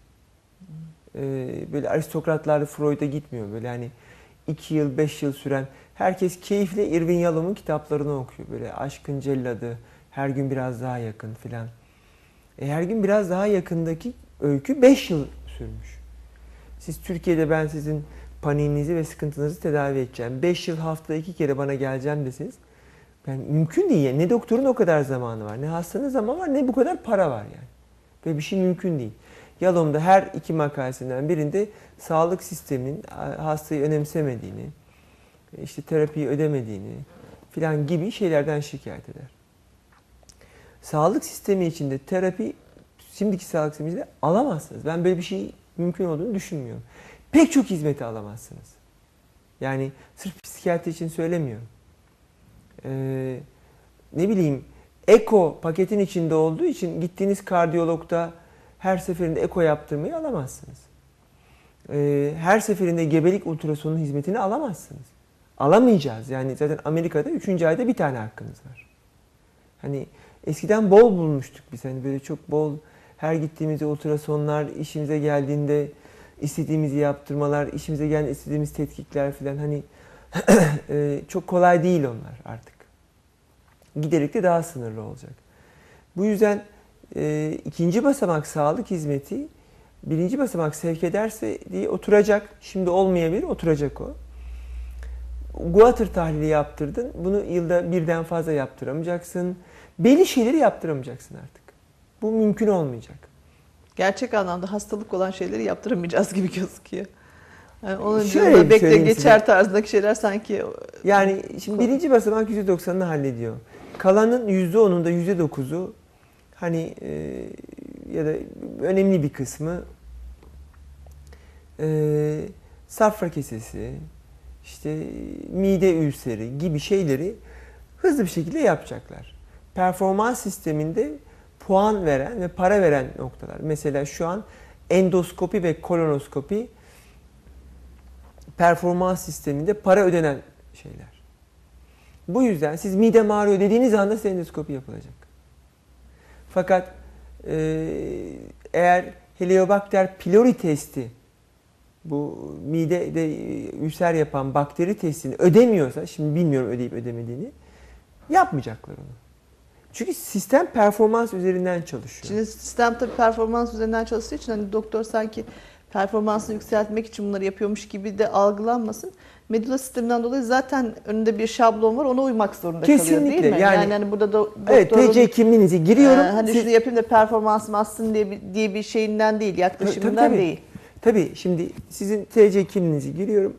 Böyle aristokratlar Freud'a gitmiyor. Böyle hani 2 yıl, 5 yıl süren, herkes keyifle Irving Yalom'un kitaplarını okuyor. Böyle Aşkın Celladı, Her Gün Biraz Daha Yakın filan. Her Gün Biraz Daha Yakındaki öykü 5 yıl sürmüş. Siz Türkiye'de ben sizin paniğinizi ve sıkıntınızı tedavi edeceğim, 5 yıl haftada 2 kere bana geleceğim deseniz, yani mümkün değil. Yani ne doktorun o kadar zamanı var, ne hastanın zamanı var, ne bu kadar para var yani. Böyle bir şey mümkün değil. Yalom'da her 2 makalesinden birinde sağlık sisteminin hastayı önemsemediğini, işte terapiyi ödemediğini filan gibi şeylerden şikayet eder. Sağlık sistemi içinde terapi, şimdiki sağlık sistemi içinde alamazsınız. Ben böyle bir şey mümkün olduğunu düşünmüyorum. Pek çok hizmeti alamazsınız. Yani sırf psikiyatri için söylemiyorum. Ne bileyim, eko paketin içinde olduğu için gittiğiniz kardiyologda her seferinde eko yaptırmayı alamazsınız. Her seferinde gebelik ultrasonu hizmetini alamazsınız. Alamayacağız. Yani zaten Amerika'da 3. ayda bir tane hakkınız var. Hani eskiden bol bulmuştuk biz. Hani böyle çok bol, her gittiğimizde ultrasonlar, işimize geldiğinde istediğimizi yaptırmalar, işimize gelen istediğimiz tetkikler falan, hani çok kolay değil onlar artık. Giderek de daha sınırlı olacak. Bu yüzden 2. basamak sağlık hizmeti 1. basamak sevk ederse diye oturacak. Şimdi olmayabilir, oturacak o. Guatr tahlili yaptırdın. Bunu yılda birden fazla yaptıramayacaksın. Belli şeyleri yaptıramayacaksın artık. Bu mümkün olmayacak. Gerçek anlamda hastalık olan şeyleri yaptıramayacağız gibi gözüküyor. Yani onun Şöyle için bekle geçer size tarzındaki şeyler sanki... Yani şimdi 1. basamak %90'ını hallediyor. Kalanın %10'unda %9'u hani ya da önemli bir kısmı safra kesesi, işte mide ülseri gibi şeyleri hızlı bir şekilde yapacaklar. Performans sisteminde puan veren ve para veren noktalar. Mesela şu an endoskopi ve kolonoskopi performans sisteminde para ödenen şeyler. Bu yüzden siz midem ağrıyor dediğiniz anda size endoskopi yapılacak. Fakat eğer Helicobacter pylori testi, bu midede ülser yapan bakteri testini ödemiyorsa, şimdi bilmiyorum ödeyip ödemediğini, yapmayacaklar onu. Çünkü sistem performans üzerinden çalışıyor. Şimdi sistem tabii performans üzerinden çalıştığı için hani doktor sanki performansını yükseltmek için bunları yapıyormuş gibi de algılanmasın. Medulla sisteminden dolayı zaten önünde bir şablon var, ona uymak zorunda kalıyor değil mi? Yani hani burada da evet, TC kimliğinizi giriyorum. Hani şunu yapayım da performansım artsın diye bir şeyinden değil, yaklaşımından değil. Tabii şimdi sizin TC kimliğinizi giriyorum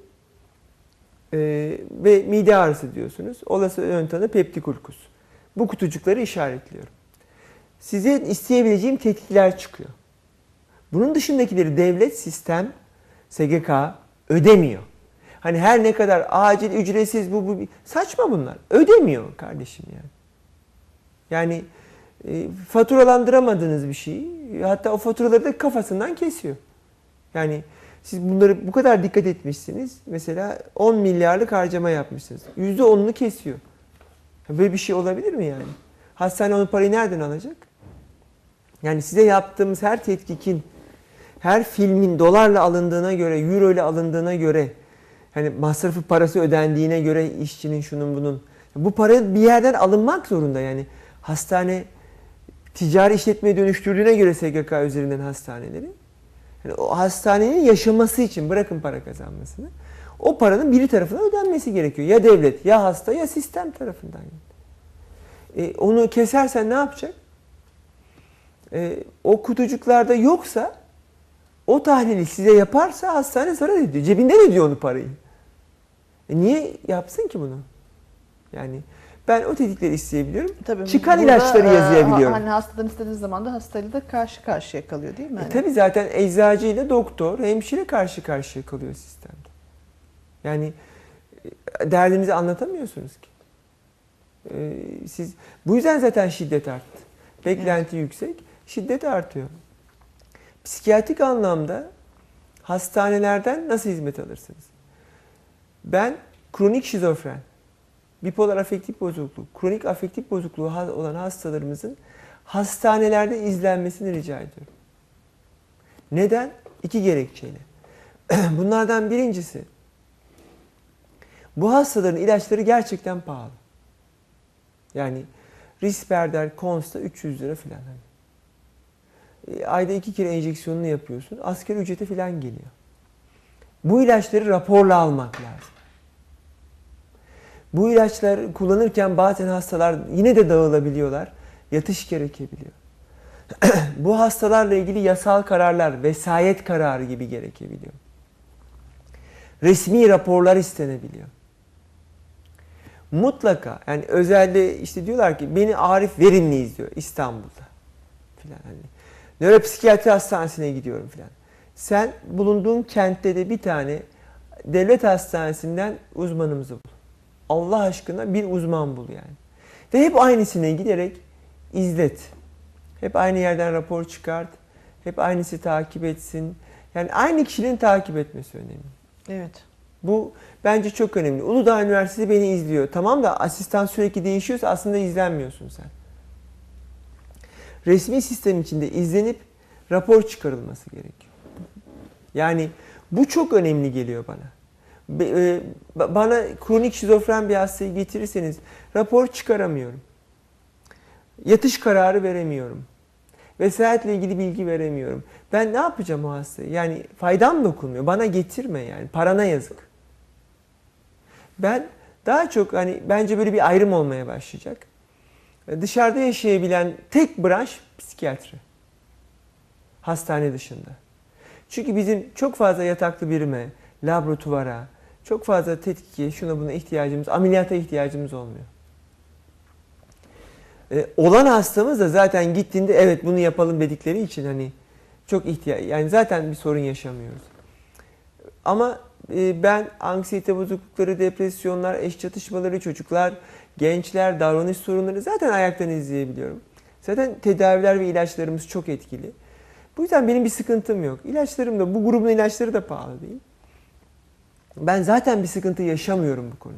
ve mide ağrısı diyorsunuz. Olası ön tanı peptikulkus. Bu kutucukları işaretliyorum. Size isteyebileceğim tetkikler çıkıyor. Bunun dışındakileri devlet, sistem, SGK ödemiyor. Hani her ne kadar acil, ücretsiz bu saçma bunlar. Ödemiyor kardeşim yani. Yani faturalandıramadığınız bir şeyi, hatta o faturaları da kafasından kesiyor. Yani siz bunları bu kadar dikkat etmişsiniz. Mesela 10 milyarlık harcama yapmışsınız. %10'unu kesiyor. Böyle bir şey olabilir mi yani? Hastane onun parayı nereden alacak? Yani size yaptığımız her tetkikin, her filmin dolarla alındığına göre, euro ile alındığına göre, hani masrafı parası ödendiğine göre işçinin şunun bunun, bu para bir yerden alınmak zorunda yani. Hastane ticari işletmeye dönüştürdüğüne göre SGK üzerinden hastaneleri, yani o hastanenin yaşaması için, bırakın para kazanmasını, o paranın biri tarafından ödenmesi gerekiyor. Ya devlet, ya hasta, ya sistem tarafından. Onu kesersen ne yapacak? O kutucuklarda yoksa, o tahlili size yaparsa hastane zarar ediyor. Cebinden ödüyor onu parayı. Niye yapsın ki bunu? Yani ben o tetkikleri isteyebiliyorum. Tabii, çıkan ilaçları yazıyabiliyorum. Hani hastadan istediğiniz zaman da hastayla da karşı karşıya kalıyor değil mi? Tabii zaten eczacı ile doktor, hemşire karşı karşıya kalıyor sistemde. Yani derdinizi anlatamıyorsunuz ki. Siz bu yüzden zaten şiddet arttı. Beklenti yüksek, şiddet artıyor. Psikiyatrik anlamda hastanelerden nasıl hizmet alırsınız? Ben kronik şizofren, bipolar afektif bozukluk, kronik afektif bozukluğu olan hastalarımızın hastanelerde izlenmesini rica ediyorum. Neden? İki gerekçeyle. Bunlardan birincisi, bu hastaların ilaçları gerçekten pahalı. Yani Risperdal, Consta 300 lira falan. Ayda 2 kere enjeksiyonunu yapıyorsun. Asgari ücrete falan geliyor. Bu ilaçları raporla almak lazım. Bu ilaçlar kullanırken bazen hastalar yine de dağılabiliyorlar. Yatış gerekebiliyor. Bu hastalarla ilgili yasal kararlar, vesayet kararı gibi gerekebiliyor. Resmi raporlar istenebiliyor. Mutlaka, yani özelde işte diyorlar ki beni Arif Verimli izliyor İstanbul'da filan, hani nöropsikiyatri hastanesine gidiyorum filan. Sen bulunduğun kentte de bir tane devlet hastanesinden uzmanımızı bul. Allah aşkına bir uzman bul yani. Ve hep aynısına giderek izlet. Hep aynı yerden rapor çıkart. Hep aynısı takip etsin. Yani aynı kişinin takip etmesi önemli. Evet. Bu bence çok önemli. Uludağ Üniversitesi beni izliyor. Tamam da asistan sürekli değişiyorsa aslında izlenmiyorsun sen. Resmi sistem içinde izlenip rapor çıkarılması gerekiyor. Yani bu çok önemli geliyor bana. Bana kronik şizofren bir hastayı getirirseniz rapor çıkaramıyorum. Yatış kararı veremiyorum. Vesayetle ilgili bilgi veremiyorum. Ben ne yapacağım o hastayı? Yani faydam dokunmuyor. Bana getirme yani. Parana yazık. Ben daha çok hani bence böyle bir ayrım olmaya başlayacak. Dışarıda yaşayabilen tek branş psikiyatri. Hastane dışında. Çünkü bizim çok fazla yataklı birime, laboratuvara, çok fazla tetkike, şuna buna ihtiyacımız, ameliyata ihtiyacımız olmuyor. Olan hastamız da zaten gittiğinde evet bunu yapalım dedikleri için hani çok yani zaten bir sorun yaşamıyoruz. Ama ben anksiyete bozuklukları, depresyonlar, eş çatışmaları, çocuklar, gençler, davranış sorunları zaten ayaktan izleyebiliyorum. Zaten tedaviler ve ilaçlarımız çok etkili. Bu yüzden benim bir sıkıntım yok. İlaçlarım da, bu grubun ilaçları da pahalı değil. Ben zaten bir sıkıntı yaşamıyorum bu konuda.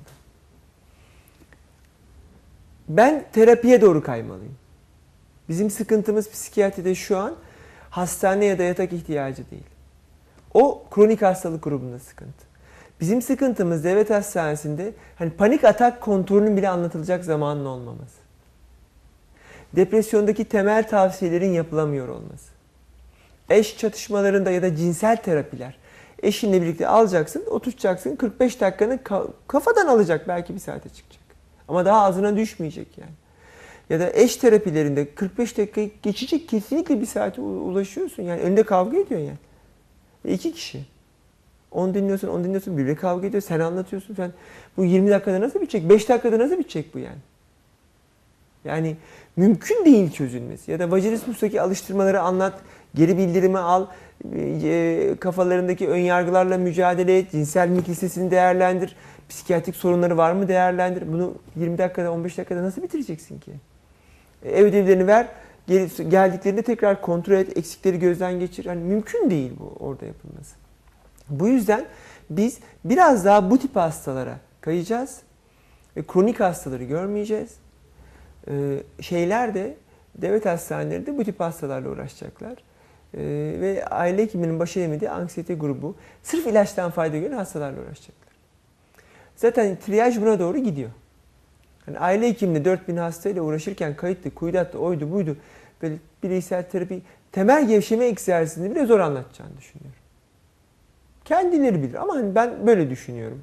Ben terapiye doğru kaymalıyım. Bizim sıkıntımız psikiyatride şu an hastane ya da yatak ihtiyacı değil. O kronik hastalık grubunda sıkıntı. Bizim sıkıntımız devlet hastanesinde hani panik atak kontrolünün bile anlatılacak zamanın olmaması. Depresyondaki temel tavsiyelerin yapılamıyor olması. Eş çatışmalarında ya da cinsel terapiler. Eşinle birlikte alacaksın, oturtacaksın, 45 dakikanı kafadan alacak, belki bir saate çıkacak. Ama daha ağzına düşmeyecek yani. Ya da eş terapilerinde 45 dakika geçecek, kesinlikle bir saate ulaşıyorsun. Yani önünde kavga ediyor yani. İki kişi. Onu dinliyorsun, birbirine kavga ediyor, sen anlatıyorsun. Bu 20 dakikada nasıl bitecek? 5 dakikada nasıl bitecek bu yani? Yani mümkün değil çözülmesi. Ya da vajinismus'taki alıştırmaları anlat, geri bildirimi al, kafalarındaki önyargılarla mücadele et, cinsel mimik listesini değerlendir, psikiyatrik sorunları var mı değerlendir. Bunu 20 dakikada, 15 dakikada nasıl bitireceksin ki? Ev ödevlerini ver, geldiklerinde tekrar kontrol et, eksikleri gözden geçir. Yani mümkün değil bu orada yapılması. Bu yüzden biz biraz daha bu tip hastalara kayacağız ve kronik hastaları görmeyeceğiz. Şeyler de, devlet hastaneleri de bu tip hastalarla uğraşacaklar. Ve aile hekiminin baş edemediği anksiyete grubu sırf ilaçtan fayda gören hastalarla uğraşacaklar. Zaten triyaj buna doğru gidiyor. Yani aile hekiminde 4000 hastayla uğraşırken kayıtlı, kuyudattı, oydu buydu, böyle bireysel terapi, temel gevşeme egzersizini bile zor anlatacağını düşünüyorum. Kendileri bilir ama hani ben böyle düşünüyorum.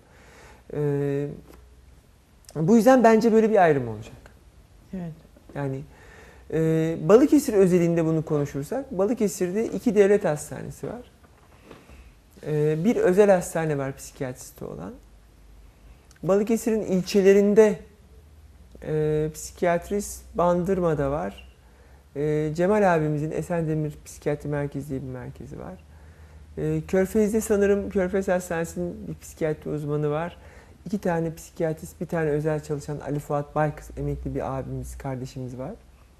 Bu yüzden bence böyle bir ayrım olacak. Evet. Yani Balıkesir özelinde bunu konuşursak, Balıkesir'de 2 devlet hastanesi var. Bir özel hastane var psikiyatristi olan. Balıkesir'in ilçelerinde psikiyatrist Bandırma'da var. Cemal abimizin Esendemir Psikiyatri Merkezi diye bir merkezi var. Körfez'de sanırım Körfez Hastanesi'nin bir psikiyatri uzmanı var. 2 tane psikiyatrist, bir tane özel çalışan Ali Fuat Baykız, emekli bir abimiz, kardeşimiz var.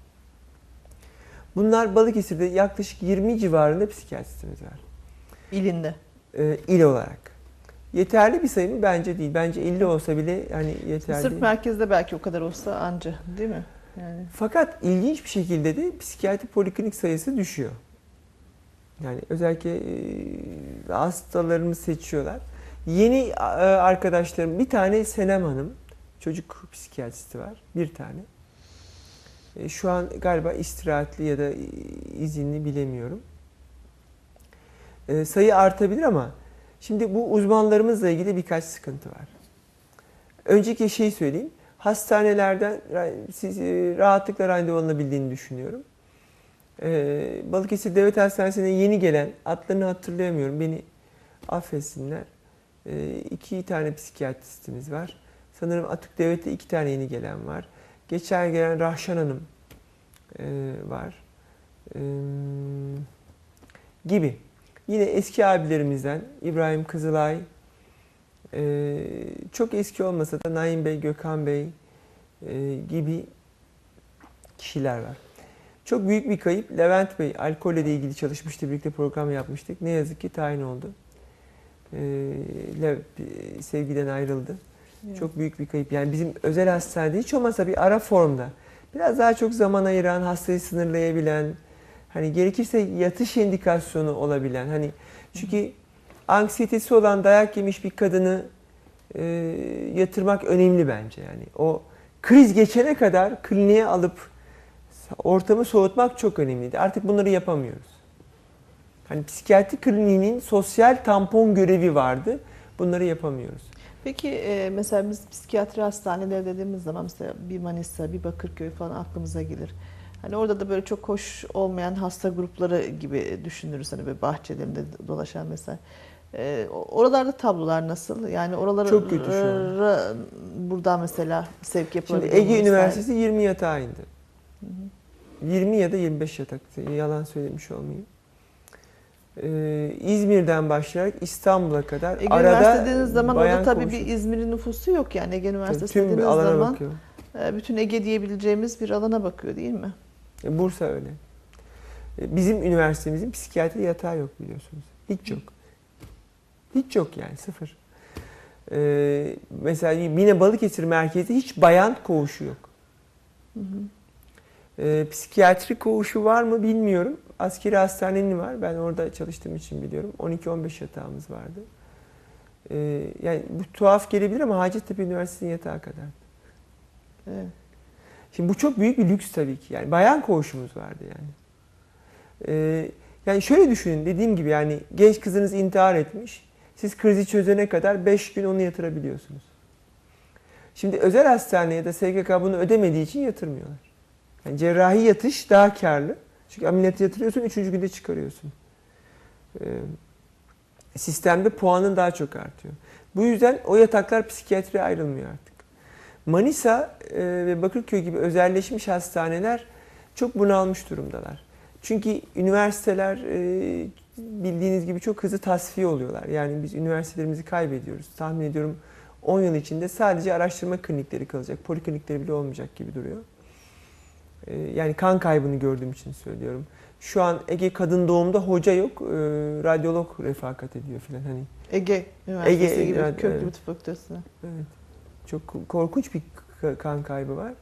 Bunlar Balıkesir'de yaklaşık 20 civarında psikiyatristimiz var. İlinde. İl olarak. Yeterli bir sayı mı? Bence değil. Bence 50 olsa bile hani yeterli. Sırf merkezde belki o kadar olsa anca, değil mi? Yani. Fakat ilginç bir şekilde de psikiyatri poliklinik sayısı düşüyor. Yani özellikle hastalarımı seçiyorlar. Yeni arkadaşlarım, bir tane Senem Hanım, çocuk psikiyatristi var, bir tane. Şu an galiba istirahatli ya da izinli, bilemiyorum. Sayı artabilir ama şimdi bu uzmanlarımızla ilgili birkaç sıkıntı var. Önceki şeyi söyleyeyim. Hastanelerden siz rahatlıkla randevu alınabildiğini düşünüyorum. Balıkesir Devlet Hastanesi'ne yeni gelen, adlarını hatırlayamıyorum, beni affetsinler. 2 tane psikiyatristimiz var. Sanırım Atatürk Devlet'te 2 tane yeni gelen var. Geçen gelen Rahşan Hanım var. Gibi. Yine eski abilerimizden İbrahim Kızılay, çok eski olmasa da Naim Bey, Gökhan Bey gibi kişiler var. Çok büyük bir kayıp. Levent Bey alkolle de ilgili çalışmıştı. Birlikte program yapmıştık. Ne yazık ki tayin oldu. Sevgiden ayrıldı. Evet. Çok büyük bir kayıp. Yani bizim özel hastanede hiç olmazsa bir ara formda biraz daha çok zaman ayıran, hastayı sınırlayabilen, hani gerekirse yatış indikasyonu olabilen, hani çünkü anksiyetesi olan, dayak yemiş bir kadını yatırmak önemli bence. Yani o kriz geçene kadar kliniğe alıp ortamı soğutmak çok önemliydi. Artık bunları yapamıyoruz. Hani psikiyatri kliniğinin sosyal tampon görevi vardı. Bunları yapamıyoruz. Peki mesela biz psikiyatri hastaneleri dediğimiz zaman mesela bir Manisa, bir Bakırköy falan aklımıza gelir. Hani orada da böyle çok hoş olmayan hasta grupları gibi düşünürüz. Hani böyle bahçelerinde dolaşan mesela. Oralarda tablolar nasıl? Yani oralara çok kötü şu an. Buradan mesela sevk yapılabilir. Şimdi Ege Üniversitesi 20 yatağa indi. Hı hı. 20 ya da 25 yatak. Yalan söylemiş olmayayım. İzmir'den başlayarak İstanbul'a kadar Ege arada Üniversitesi dediğiniz zaman orada tabii komşu. Bir İzmir'in nüfusu yok yani. Ege Üniversitesi tüm dediğiniz alana zaman bakıyor. Bütün Ege diyebileceğimiz bir alana bakıyor değil mi? Bursa öyle. Bizim üniversitemizin psikiyatri yatağı yok biliyorsunuz. Hiç yok. Hiç yok yani, sıfır. Mesela yine Balıkesir merkezde hiç bayan koğuşu yok. Hı hı. Psikiyatri koğuşu var mı bilmiyorum. Askeri hastanenin var. Ben orada çalıştığım için biliyorum. 12-15 yatağımız vardı. Yani bu tuhaf gelebilir ama Hacettepe Üniversitesi'nin yatağı kadar. Evet. Şimdi bu çok büyük bir lüks tabii ki. Yani bayan koğuşumuz vardı yani. Yani şöyle düşünün, dediğim gibi yani genç kızınız intihar etmiş. Siz krizi çözene kadar 5 gün onu yatırabiliyorsunuz. Şimdi özel hastane ya da SGK bunu ödemediği için yatırmıyorlar. Yani cerrahi yatış daha karlı. Çünkü ameliyatı yatırıyorsun, 3. günde çıkarıyorsun. Sistemde puanın daha çok artıyor. Bu yüzden o yataklar psikiyatriye ayrılmıyor artık. Manisa ve Bakırköy gibi özelleşmiş hastaneler çok bunalmış durumdalar. Çünkü üniversiteler bildiğiniz gibi çok hızlı tasfiye oluyorlar. Yani biz üniversitelerimizi kaybediyoruz. Tahmin ediyorum 10 yıl içinde sadece araştırma klinikleri kalacak. Poliklinikleri bile olmayacak gibi duruyor. Yani kan kaybını gördüğüm için söylüyorum. Şu an Ege Kadın Doğum'da hoca yok, radyolog refakat ediyor filan. Hani Ege Üniversitesi gibi köklü bir tıp fakültesine. Evet. Çok korkunç bir kan kaybı var.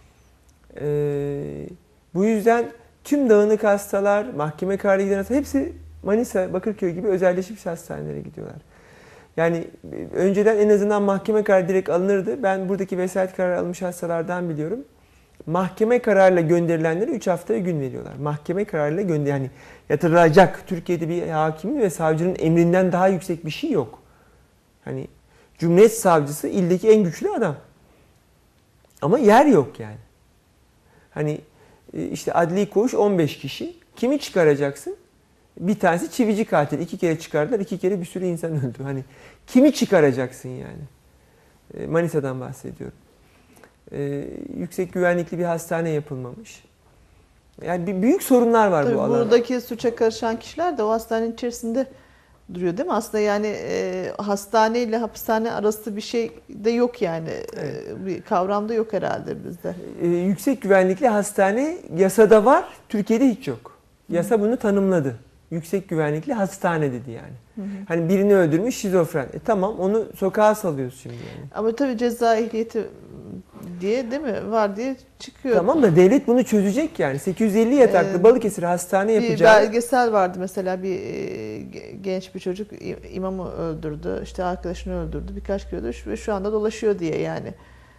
Bu yüzden tüm dağınık hastalar, mahkeme kararı giden hastalar hepsi Manisa, Bakırköy gibi özelleşmiş hastanelere gidiyorlar. Yani önceden en azından mahkeme kararı direkt alınırdı. Ben buradaki vesayet kararı alınmış hastalardan biliyorum. Mahkeme kararıyla gönderilenlere 3 haftaya gün veriyorlar. Mahkeme kararıyla yani yatırılacak. Türkiye'de bir hakimin ve savcının emrinden daha yüksek bir şey yok. Hani Cumhuriyet Savcısı ildeki en güçlü adam. Ama yer yok yani. Hani işte adli koğuş 15 kişi. Kimi çıkaracaksın? Bir tanesi çivici katil. 2 kere çıkardılar. 2 kere bir sürü insan öldü. Hani kimi çıkaracaksın yani? Manisa'dan bahsediyorum. Yüksek güvenlikli bir hastane yapılmamış. Yani büyük sorunlar var tabii bu alanda. Buradaki suça karışan kişiler de o hastanenin içerisinde duruyor değil mi? Aslında yani hastane ile hapishane arası bir şey de yok yani. Evet. Bir kavram da yok herhalde bizde. Yüksek güvenlikli hastane yasada var, Türkiye'de hiç yok. Yasa bunu tanımladı. Yüksek güvenlikli hastane dedi yani. Hı hı. Hani birini öldürmüş şizofren. Tamam, onu sokağa salıyoruz şimdi yani. Ama tabii ceza ehliyeti diye değil mi? Var diye çıkıyor. Tamam da devlet bunu çözecek yani. 850 yataklı Balıkesir hastane Bir yapacağı. belgesel vardı mesela, bir genç bir çocuk imamı öldürdü, işte arkadaşını öldürdü, birkaç kilo ve şu anda dolaşıyor diye yani.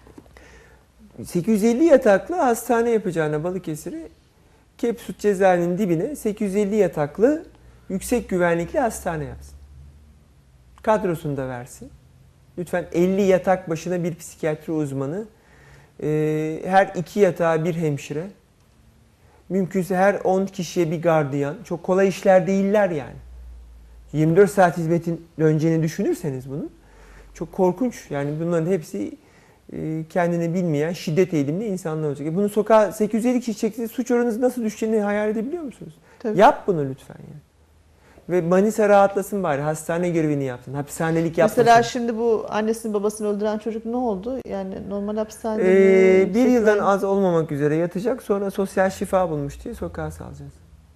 850 yataklı hastane yapacağına Balıkesir'i, Kepsut cezaevinin dibine 850 yataklı yüksek güvenlikli hastane yapsın. Kadrosunu da versin. Lütfen 50 yatak başına bir psikiyatri uzmanı, her 2 yatağa bir hemşire, mümkünse her 10 kişiye bir gardiyan. Çok kolay işler değiller yani. 24 saat hizmetin döneceğini düşünürseniz bunun, çok korkunç. Yani bunların hepsi kendini bilmeyen, şiddet eğilimli insanlar olacak. Bunu sokağa 850 kişi çektiğinde suç oranınız nasıl düşeceğini hayal edebiliyor musunuz? Tabii. Yap bunu lütfen yani. Ve Manisa rahatlasın bari. Hastane görevini yapsın. Hapishanelik yapmasın. Mesela şimdi bu annesini babasını öldüren çocuk ne oldu? Yani normal hapishanede mi? Bir yıldan az olmamak üzere yatacak. Sonra sosyal şifa bulmuş diye sokağa salacağız.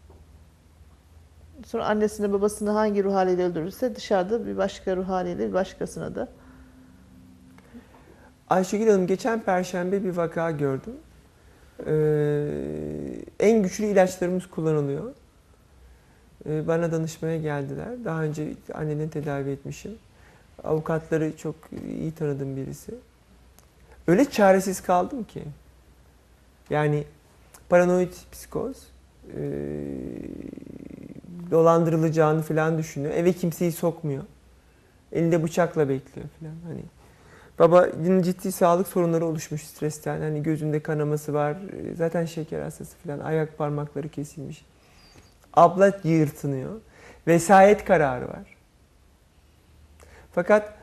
Sonra annesini babasını hangi ruh haliyle öldürürse dışarıda bir başka ruh haliyle bir başkasına da. Ayşegül Hanım, geçen Perşembe bir vaka gördüm. En güçlü ilaçlarımız kullanılıyor. Bana danışmaya geldiler. Daha önce anneni tedavi etmişim. Avukatları çok iyi tanıdığım birisi. Öyle çaresiz kaldım ki. Yani paranoid psikoz, dolandırılacağını falan düşünüyor. Eve kimseyi sokmuyor. Elinde bıçakla bekliyor falan. Hani babanın ciddi sağlık sorunları oluşmuş stresten. Hani gözünde kanaması var. Zaten şeker hastası falan. Ayak parmakları kesilmiş. Abla yırtınıyor. Vesayet kararı var. Fakat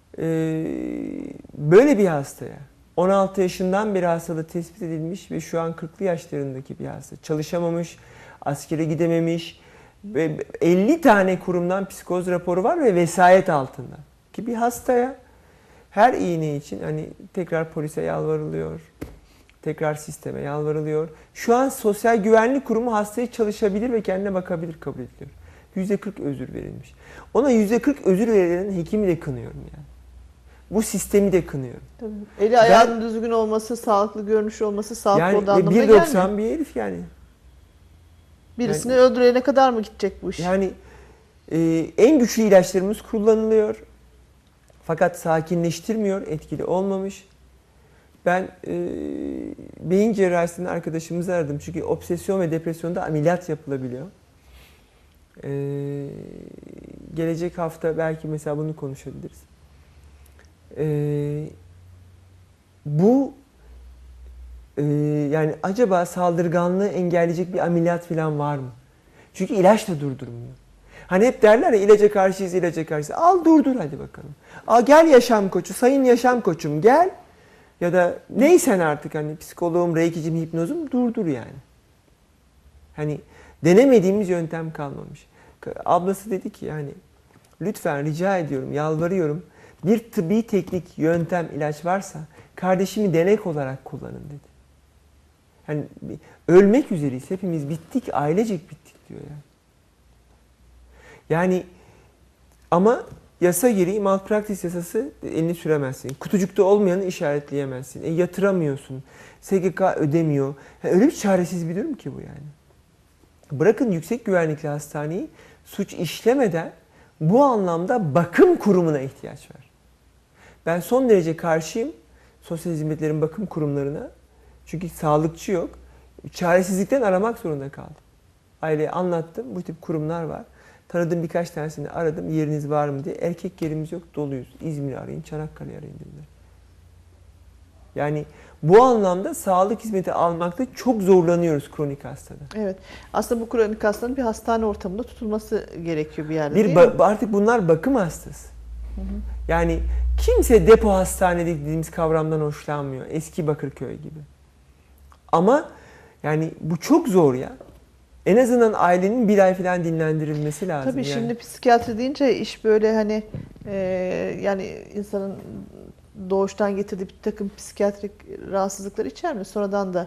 böyle bir hastaya 16 yaşından beri hastalığı tespit edilmiş ve şu an 40'lı yaşlarındaki bir hasta. Çalışamamış, askere gidememiş ve 50 tane kurumdan psikoz raporu var ve vesayet altında. Ki bir hastaya her iğne için hani tekrar polise yalvarılıyor. Tekrar sisteme yalvarılıyor. Şu an Sosyal Güvenlik Kurumu hastaya çalışabilir ve kendine bakabilir kabul ediliyor. %40 özür verilmiş. Ona %40 özür verilen hekimi de kınıyorum yani. Bu sistemi de kınıyorum. Tabii. Eli ayağının düzgün olması, sağlıklı görünüş olması, sağlıklı yani, olduğu anlamına gelmiyor. 1.90 bir herif yani. Birisini öldürene kadar mı gidecek bu iş? Yani en güçlü ilaçlarımız kullanılıyor. Fakat sakinleştirmiyor, etkili olmamış. Ben beyin cerrahisinin arkadaşımızı aradım. Çünkü obsesyon ve depresyonda ameliyat yapılabiliyor. Gelecek hafta belki mesela bunu konuşabiliriz. Bu yani acaba saldırganlığı engelleyecek bir ameliyat falan var mı? Çünkü ilaç da durdurmuyor. Hani hep derler ya, ilaca karşıyız, ilaca karşıyız. Al durdur hadi bakalım. Al gel yaşam koçu, sayın yaşam koçum gel. Ya da neysen artık, hani psikoloğum, reikicim, hipnozum, durdur yani. Hani denemediğimiz yöntem kalmamış. Ablası dedi ki yani lütfen rica ediyorum, yalvarıyorum. Bir tıbbi teknik, yöntem, ilaç varsa kardeşimi denek olarak kullanın dedi. Hani ölmek üzereyiz, hepimiz bittik, ailecek bittik diyor yani. Yani ama yasa gereği malpraktis yasası, elini süremezsin. Kutucukta olmayanı işaretleyemezsin. Yatıramıyorsun. SGK ödemiyor. Öyle bir çaresiz bir durum ki bu yani. Bırakın yüksek güvenlikli hastaneyi, suç işlemeden bu anlamda bakım kurumuna ihtiyaç var. Ben son derece karşıyım sosyal hizmetlerin bakım kurumlarına. Çünkü sağlıkçı yok. Çaresizlikten aramak zorunda kaldım. Aileye anlattım. Bu tip kurumlar var. Tanıdığım birkaç tanesini aradım. Yeriniz var mı diye. Erkek yerimiz yok, doluyuz. İzmir'i arayın, Çanakkale'yi arayın dediler. Yani bu anlamda sağlık hizmeti almakta çok zorlanıyoruz kronik hastada. Evet. Aslında bu kronik hastanın bir hastane ortamında tutulması gerekiyor bir yerde, değil mi? Artık bunlar bakım hastası. Hı hı. Yani kimse depo hastane dediğimiz kavramdan hoşlanmıyor. Eski Bakırköy gibi. Ama yani bu çok zor ya. En azından ailenin bir ay falan dinlendirilmesi lazım. Tabii yani. Şimdi psikiyatri deyince iş böyle hani yani insanın doğuştan getirdiği bir takım psikiyatrik rahatsızlıklar içermiyor. Sonradan da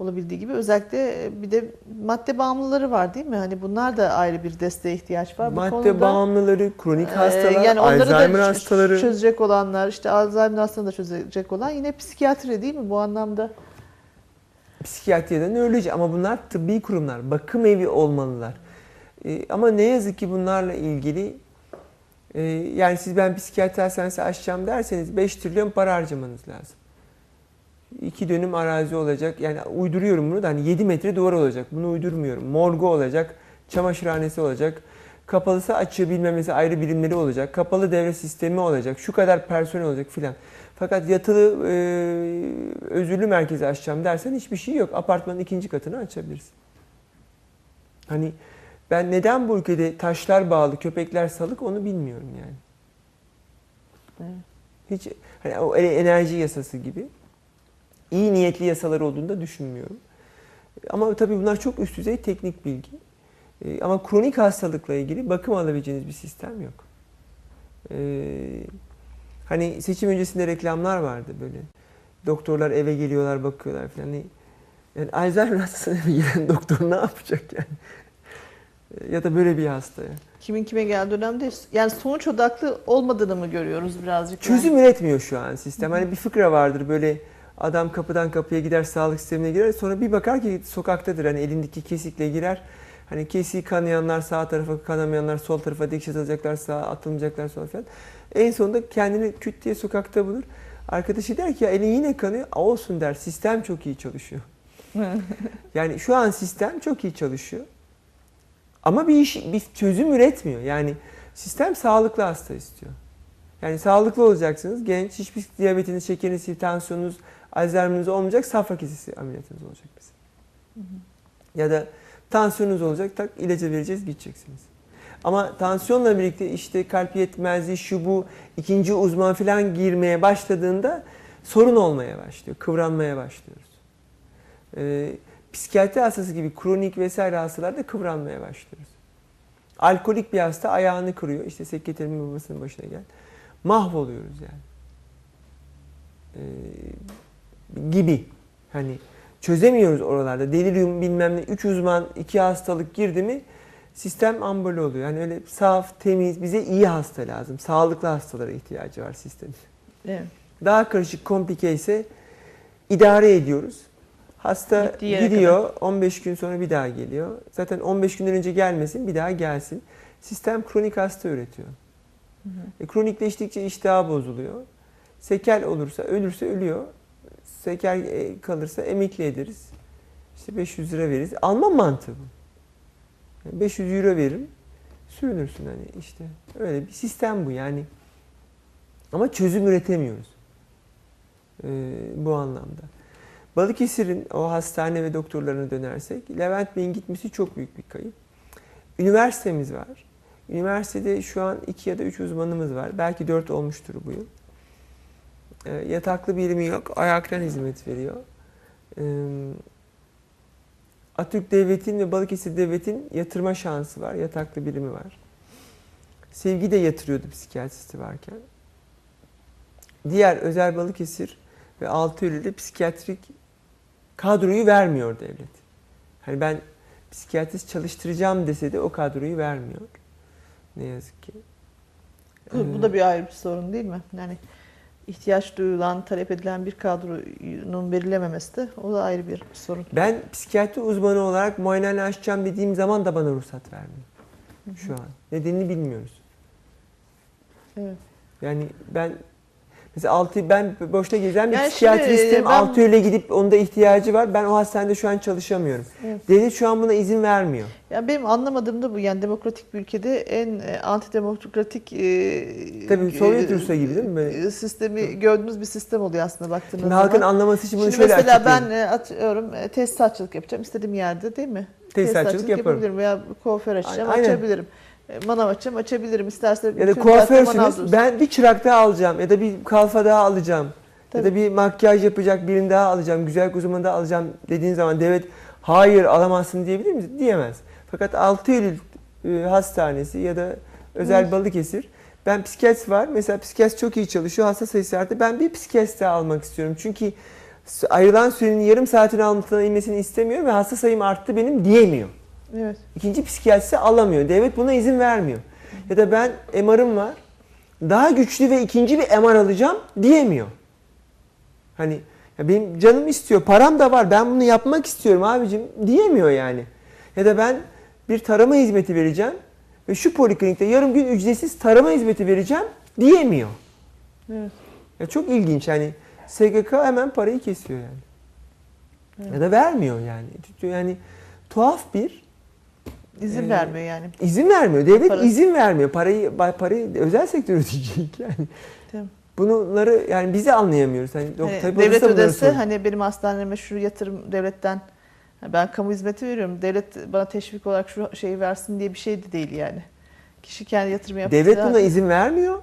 olabildiği gibi özellikle bir de madde bağımlıları var değil mi? Hani bunlar da ayrı bir desteğe ihtiyaç var. Bu Madde konuda, bağımlıları, kronik hastalar, yani onları Alzheimer da hastaları. çözecek olanlar, işte Alzheimer hastalığını da çözecek olan yine psikiyatri değil mi bu anlamda? Psikiyatriye de nöroloji ama bunlar tıbbi kurumlar, bakım evi olmalılar. Ama ne yazık ki bunlarla ilgili yani siz ben psikiyatri hastanesi açacağım derseniz 5 trilyon para harcamanız lazım. 2 dönüm arazi olacak. Yani uyduruyorum bunu da hani 7 metre duvar olacak. Bunu uydurmuyorum. Morgu olacak, çamaşırhanesi olacak. Kapalısı açığı bilmemesi ayrı birimleri olacak. Kapalı devre sistemi olacak. Şu kadar personel olacak filan. Fakat yatılı özürlü merkezi açacağım dersen hiçbir şey yok. Apartmanın 2. katını açabilirsin. Hani ben neden bu ülkede taşlar bağlı, köpekler salık onu bilmiyorum yani. Evet. Hiç hani o enerji yasası gibi iyi niyetli yasalar olduğunu da düşünmüyorum. Ama tabii bunlar çok üst düzey teknik bilgi. Ama kronik hastalıkla ilgili bakım alabileceğiniz bir sistem yok. Hani seçim öncesinde reklamlar vardı böyle. Doktorlar eve geliyorlar, bakıyorlar falan. Yani Alzheimer hastasına eve gelen doktor ne yapacak yani? Ya da böyle bir hastaya. Kimin kime geldiği önemli değil. Yani sonuç odaklı olmadığını mı görüyoruz birazcık? Çözüm üretmiyor şu an sistem. Hani bir fıkra vardır böyle adam kapıdan kapıya gider, sağlık sistemine girer. Sonra bir bakar ki sokaktadır. Hani elindeki kesikle girer. Hani kesiği kanayanlar sağ tarafa, kanamayanlar sol tarafa dikiş atılacaklar sağa, atılmayacaklar sola falan. En sonunda kendini küt diye sokakta bulur. Arkadaşı der ki ya elin yine kanıyor. Olsun der. Sistem çok iyi çalışıyor. Yani şu an sistem çok iyi çalışıyor. Ama bir çözüm üretmiyor. Yani sistem sağlıklı hasta istiyor. Yani sağlıklı olacaksınız. Genç, hiçbir diyabetiniz, şekeriniz, tansiyonunuz, Alzheimer'ınız olmayacak. Safra kesesi ameliyatınız olacak bizim. Ya da tansiyonunuz olacak. Tak ilacı vereceğiz, gideceksiniz. Ama tansiyonla birlikte işte kalp yetmezliği, şu bu, ikinci uzman falan girmeye başladığında sorun olmaya başlıyor. Kıvranmaya başlıyoruz. Psikiyatri hastası gibi kronik vesaire hastalarda kıvranmaya başlıyoruz. Alkolik bir hasta ayağını kırıyor. İşte sekreterimin babasının başına gel. Mahvoluyoruz yani. Gibi. Hani çözemiyoruz oralarda. Delirium bilmem ne. 3 uzman 2 hastalık girdi mi sistem ambole oluyor. Yani öyle saf, temiz, bize iyi hasta lazım. Sağlıklı hastalara ihtiyacı var sistemin. Evet. Daha karışık, komplike ise idare ediyoruz. Hasta gidiyor, 15 gün sonra bir daha geliyor. Zaten 15 günden önce gelmesin, bir daha gelsin. Sistem kronik hasta üretiyor. Kronikleştikçe iştahı bozuluyor. Sekel olursa, ölürse ölüyor. Sekel kalırsa emekli ederiz. İşte 500 lira veririz. Alman mantığı bu. Yani 500 euro veririm, sürünürsün hani işte. Öyle bir sistem bu yani. Ama çözüm üretemiyoruz. Bu anlamda. Balıkesir'in o hastane ve doktorlarına dönersek, Levent Bey'in gitmesi çok büyük bir kayıp. Üniversitemiz var. Üniversitede şu an 2 ya da 3 uzmanımız var. Belki 4 olmuştur bu yıl. Yataklı birimi yok. Ayaktan hizmet veriyor. Atatürk Devlet'in ve Balıkesir Devlet'in yatırma şansı var. Yataklı birimi var. Sevgi de yatırıyordu psikiyatristi varken. Diğer özel Balıkesir ve Altıöyle'de psikiyatrik kadroyu vermiyor devlet. Hani ben psikiyatrist çalıştıracağım dese de o kadroyu vermiyor. Ne yazık ki. Bu da bir ayrı bir sorun değil mi? Yani ihtiyaç duyulan, talep edilen bir kadronun verilememesi de o da ayrı bir sorun. Ben psikiyatri uzmanı olarak muayenehane açacağım dediğim zaman da bana ruhsat vermiyor. Şu an. Nedenini bilmiyoruz. Evet. Yani ben mesela ben boşta gezen bir Yani psikiyatristim. Altıöyle'ye gidip onda ihtiyacı var. Ben o hastanede şu an çalışamıyorum. Evet. Devlet şu an buna izin vermiyor. Ya benim anlamadığım da bu. Yani demokratik bir ülkede en antidemokratik tabii Sovyet Rusya gibi değil mi? Böyle? Sistemi gördüğümüz bir sistem oluyor aslında baktığınız zaman. Halkın anlaması için bunu Şimdi şöyle mesela açıklayayım. ben atıyorum tesisatçılık yapacağım istediğim yerde değil mi? Tesisatçılık yapabilirim veya kuaför açacağım, aynen. Açabilirim. Manav açacağım, açabilirim. İsterse ya da kuaförsünüz, ben bir çırak daha alacağım ya da bir kalfa daha alacağım. Tabii. Ya da bir makyaj yapacak birini daha alacağım, güzel uzmanı daha alacağım dediğin zaman devlet hayır alamazsın diyebilir mi? Diyemez. Fakat Altıeylül Hastanesi ya da özel Balıkesir, ben psikiyatrist var. Mesela psikiyatrist çok iyi çalışıyor, hasta sayısı arttı. Ben bir psikiyatrist daha almak istiyorum. Çünkü ayrılan sürenin yarım saatin altına inmesini istemiyor ve hasta sayım arttı benim diyemiyor. Evet. İkinci psikiyatrisi alamıyor. Devlet buna izin vermiyor. Ya da ben MR'ım var. Daha güçlü ve ikinci bir MR alacağım diyemiyor. Hani ya benim canım istiyor, param da var. Ben bunu yapmak istiyorum abicim diyemiyor yani. Ya da ben bir tarama hizmeti vereceğim ve şu poliklinikte yarım gün ücretsiz tarama hizmeti vereceğim diyemiyor. Evet. Ya çok ilginç yani SGK hemen parayı kesiyor yani. Evet. Ya da vermiyor yani. Yani tuhaf bir İzin vermiyor yani. İzin vermiyor. Devlet Parası. izin vermiyor. Parayı özel sektör ödeyecek yani. Tamam. Bunları yani bizi anlayamıyoruz. Hani, Hani devlet ödese hani benim hastaneme şu yatırım devletten ben kamu hizmeti veriyorum. Devlet bana teşvik olarak şu şeyi versin diye bir şey de değil yani. Kişi kendi yatırım yapıyor. Devlet buna izin vermiyor.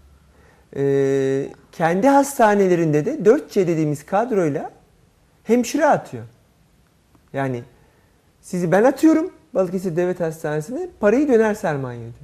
Kendi hastanelerinde de 4C dediğimiz kadroyla hemşire atıyor. Yani sizi ben atıyorum Balıkesir Devlet Hastanesi'ne, parayı döner sermaye ödüyor.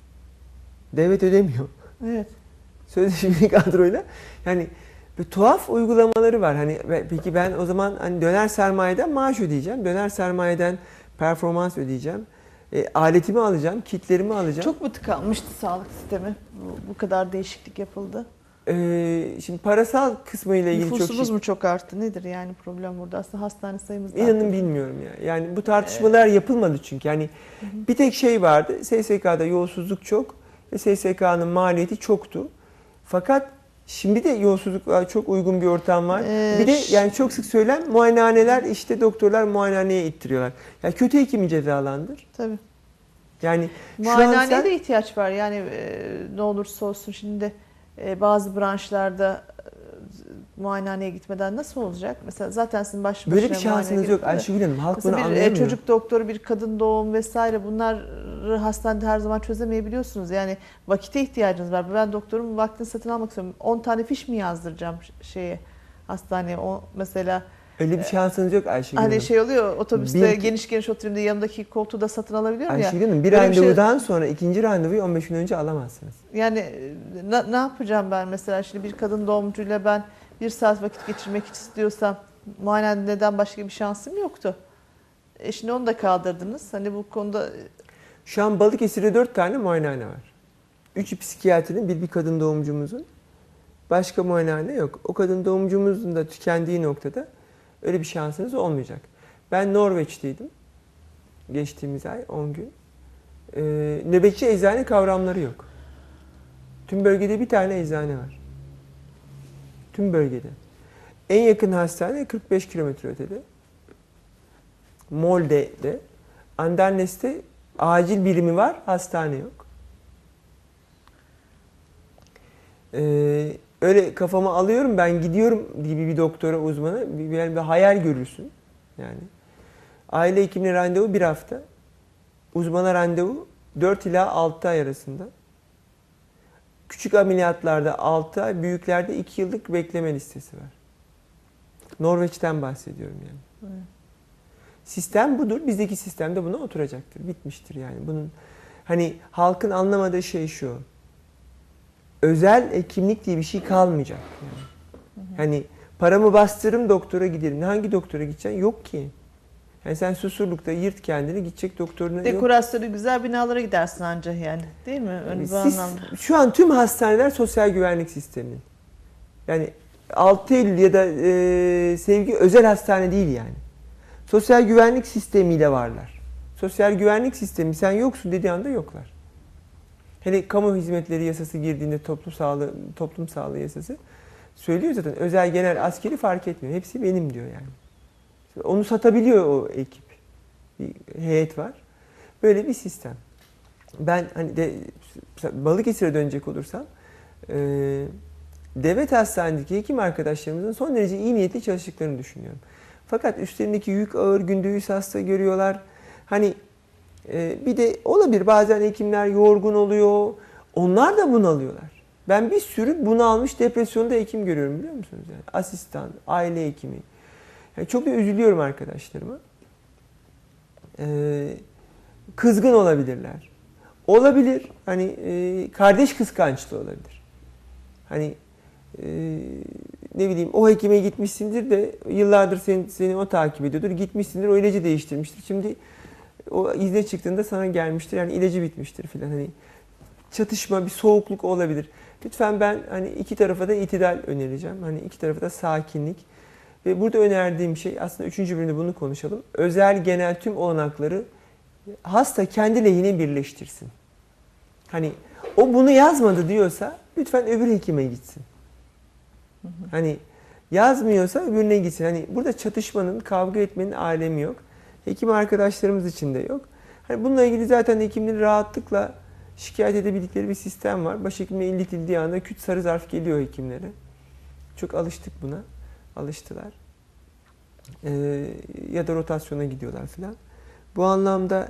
Devlet ödemiyor. Evet. Sözleşmeli kadroyla. Yani bir tuhaf uygulamaları var. Hani peki ben o zaman hani döner sermayeden maaş ödeyeceğim. Döner sermayeden performans ödeyeceğim. Aletimi alacağım, kitlerimi alacağım. Çok mu tıkanmıştı sağlık sistemi? Bu kadar değişiklik yapıldı. Şimdi parasal kısmıyla ilgili Nüfusumuz çok mu çok arttı? Nedir yani problem burada? Aslında hastane sayımız da İnanın arttı. bilmiyorum ya. Yani bu tartışmalar yapılmadı çünkü. Yani bir tek şey vardı. SSK'da yolsuzluk çok ve SSK'nın maliyeti çoktu. Fakat şimdi de yolsuzlukla çok uygun bir ortam var. Bir de yani çok sık söylenen muayenehaneler, işte doktorlar muayenehaneye ittiriyorlar. Ya kötü hekimi cezalandır. Tabii. Yani şu an Muayenehaneye de ihtiyaç var. Yani ne olursa olsun şimdi bazı branşlarda muayenehaneye gitmeden nasıl olacak? Mesela zaten sizin başına böyle bir şansınız yok Ayşegül Hanım. Halk bunu anlayamıyor. Bir çocuk doktoru, bir kadın doğum vesaire bunları hastanede her zaman çözemeyebiliyorsunuz. Yani vakite ihtiyacınız var. Ben doktorum vaktini satın almak istiyorum. 10 tane fiş mi yazdıracağım hastaneye? O mesela Öyle bir şansınız yok Ayşegül Hanım. hani şey oluyor otobüste geniş geniş oturayım diye yanımdaki koltuğu da satın alabiliyorum ya. Ayşegül Hanım bir randevudan sonra ikinci randevuyu 15 gün önce alamazsınız. Yani ne yapacağım ben mesela şimdi bir kadın doğumcuyla ben 1 saat vakit geçirmek istiyorsam muayenehaneden başka bir şansım yoktu. Şimdi onu da kaldırdınız. Hani bu konuda şu an Balıkesir'de 4 tane muayenehane var. 3'ü psikiyatrinin, bir kadın doğumcumuzun. Başka muayenehane yok. O kadın doğumcumuzun da tükendiği noktada öyle bir şansınız olmayacak. Ben Norveç'teydim. Geçtiğimiz ay 10 gün. Nöbetçi eczane kavramları yok. Tüm bölgede bir tane eczane var. Tüm bölgede. En yakın hastane 45 kilometre ötede. Molde'de. Andernes'te acil birimi var, hastane yok. Öyle kafama alıyorum, ben gidiyorum gibi bir doktora, uzmana, bir hayal görürsün. Yani aile hekimine randevu 1 hafta. Uzmana randevu 4 ila 6 ay arasında. Küçük ameliyatlarda 6 ay, büyüklerde 2 yıllık bekleme listesi var. Norveç'ten bahsediyorum yani. Evet. Sistem budur. Bizdeki sistem de buna oturacaktır. Bitmiştir yani. Bunun hani halkın anlamadığı şey şu. Özel hekimlik diye bir şey kalmayacak. Yani. Hani paramı bastırırım doktora giderim. Hangi doktora gideceksin? Yok ki. Yani sen Susurluk'ta yırt kendini, gidecek doktoruna dekorasyonu yok. Güzel binalara gidersin ancak yani. Değil mi? Şu an tüm hastaneler sosyal güvenlik sistemi. Yani 6 Eylül ya da Sevgi özel hastane değil yani. Sosyal güvenlik sistemiyle varlar. Sosyal güvenlik sistemi sen yoksun dediği anda yoklar. Hele kamu hizmetleri yasası girdiğinde toplum sağlığı yasası söylüyor zaten. Özel, genel, askeri fark etmiyor. Hepsi benim diyor yani. Onu satabiliyor o ekip. Bir heyet var. Böyle bir sistem. Ben hani Balıkesir'e dönecek olursam devlet hastanedeki hekim arkadaşlarımızın son derece iyi niyetli çalıştıklarını düşünüyorum. Fakat üstlerindeki yük ağır, günde hasta görüyorlar. Hani bir de olabilir bazen hekimler yorgun oluyor. Onlar da bunalıyorlar. Ben bir sürü bunalmış depresyonda hekim görüyorum biliyor musunuz? Yani asistan, aile hekimi. Yani çok da üzülüyorum arkadaşlarıma. Kızgın olabilirler. Olabilir. Hani kardeş kıskançlığı olabilir. Hani ne bileyim o hekime gitmişsindir de yıllardır seni o takip ediyordur. Gitmişsindir, o ilacı değiştirmiştir. Şimdi o izne çıktığında sana gelmiştir. Yani ilacı bitmiştir filan. Hani çatışma, bir soğukluk olabilir. Lütfen ben hani iki tarafa da itidal önereceğim. Hani iki tarafa da sakinlik. Ve burada önerdiğim şey, aslında 3. bölümde bunu konuşalım. Özel, genel tüm olanakları hasta kendi lehine birleştirsin. Hani o bunu yazmadı diyorsa lütfen öbür hekime gitsin. Hani yazmıyorsa öbürüne gitsin. Hani burada çatışmanın, kavga etmenin alemi yok. Hekim arkadaşlarımız için de yok. Hani bununla ilgili zaten hekimlerin rahatlıkla şikayet edebildikleri bir sistem var. Başhekimle iletildiği anda küt sarı zarf geliyor hekimlere. Çok alıştık buna. Alıştılar. Ya da rotasyona gidiyorlar filan. Bu anlamda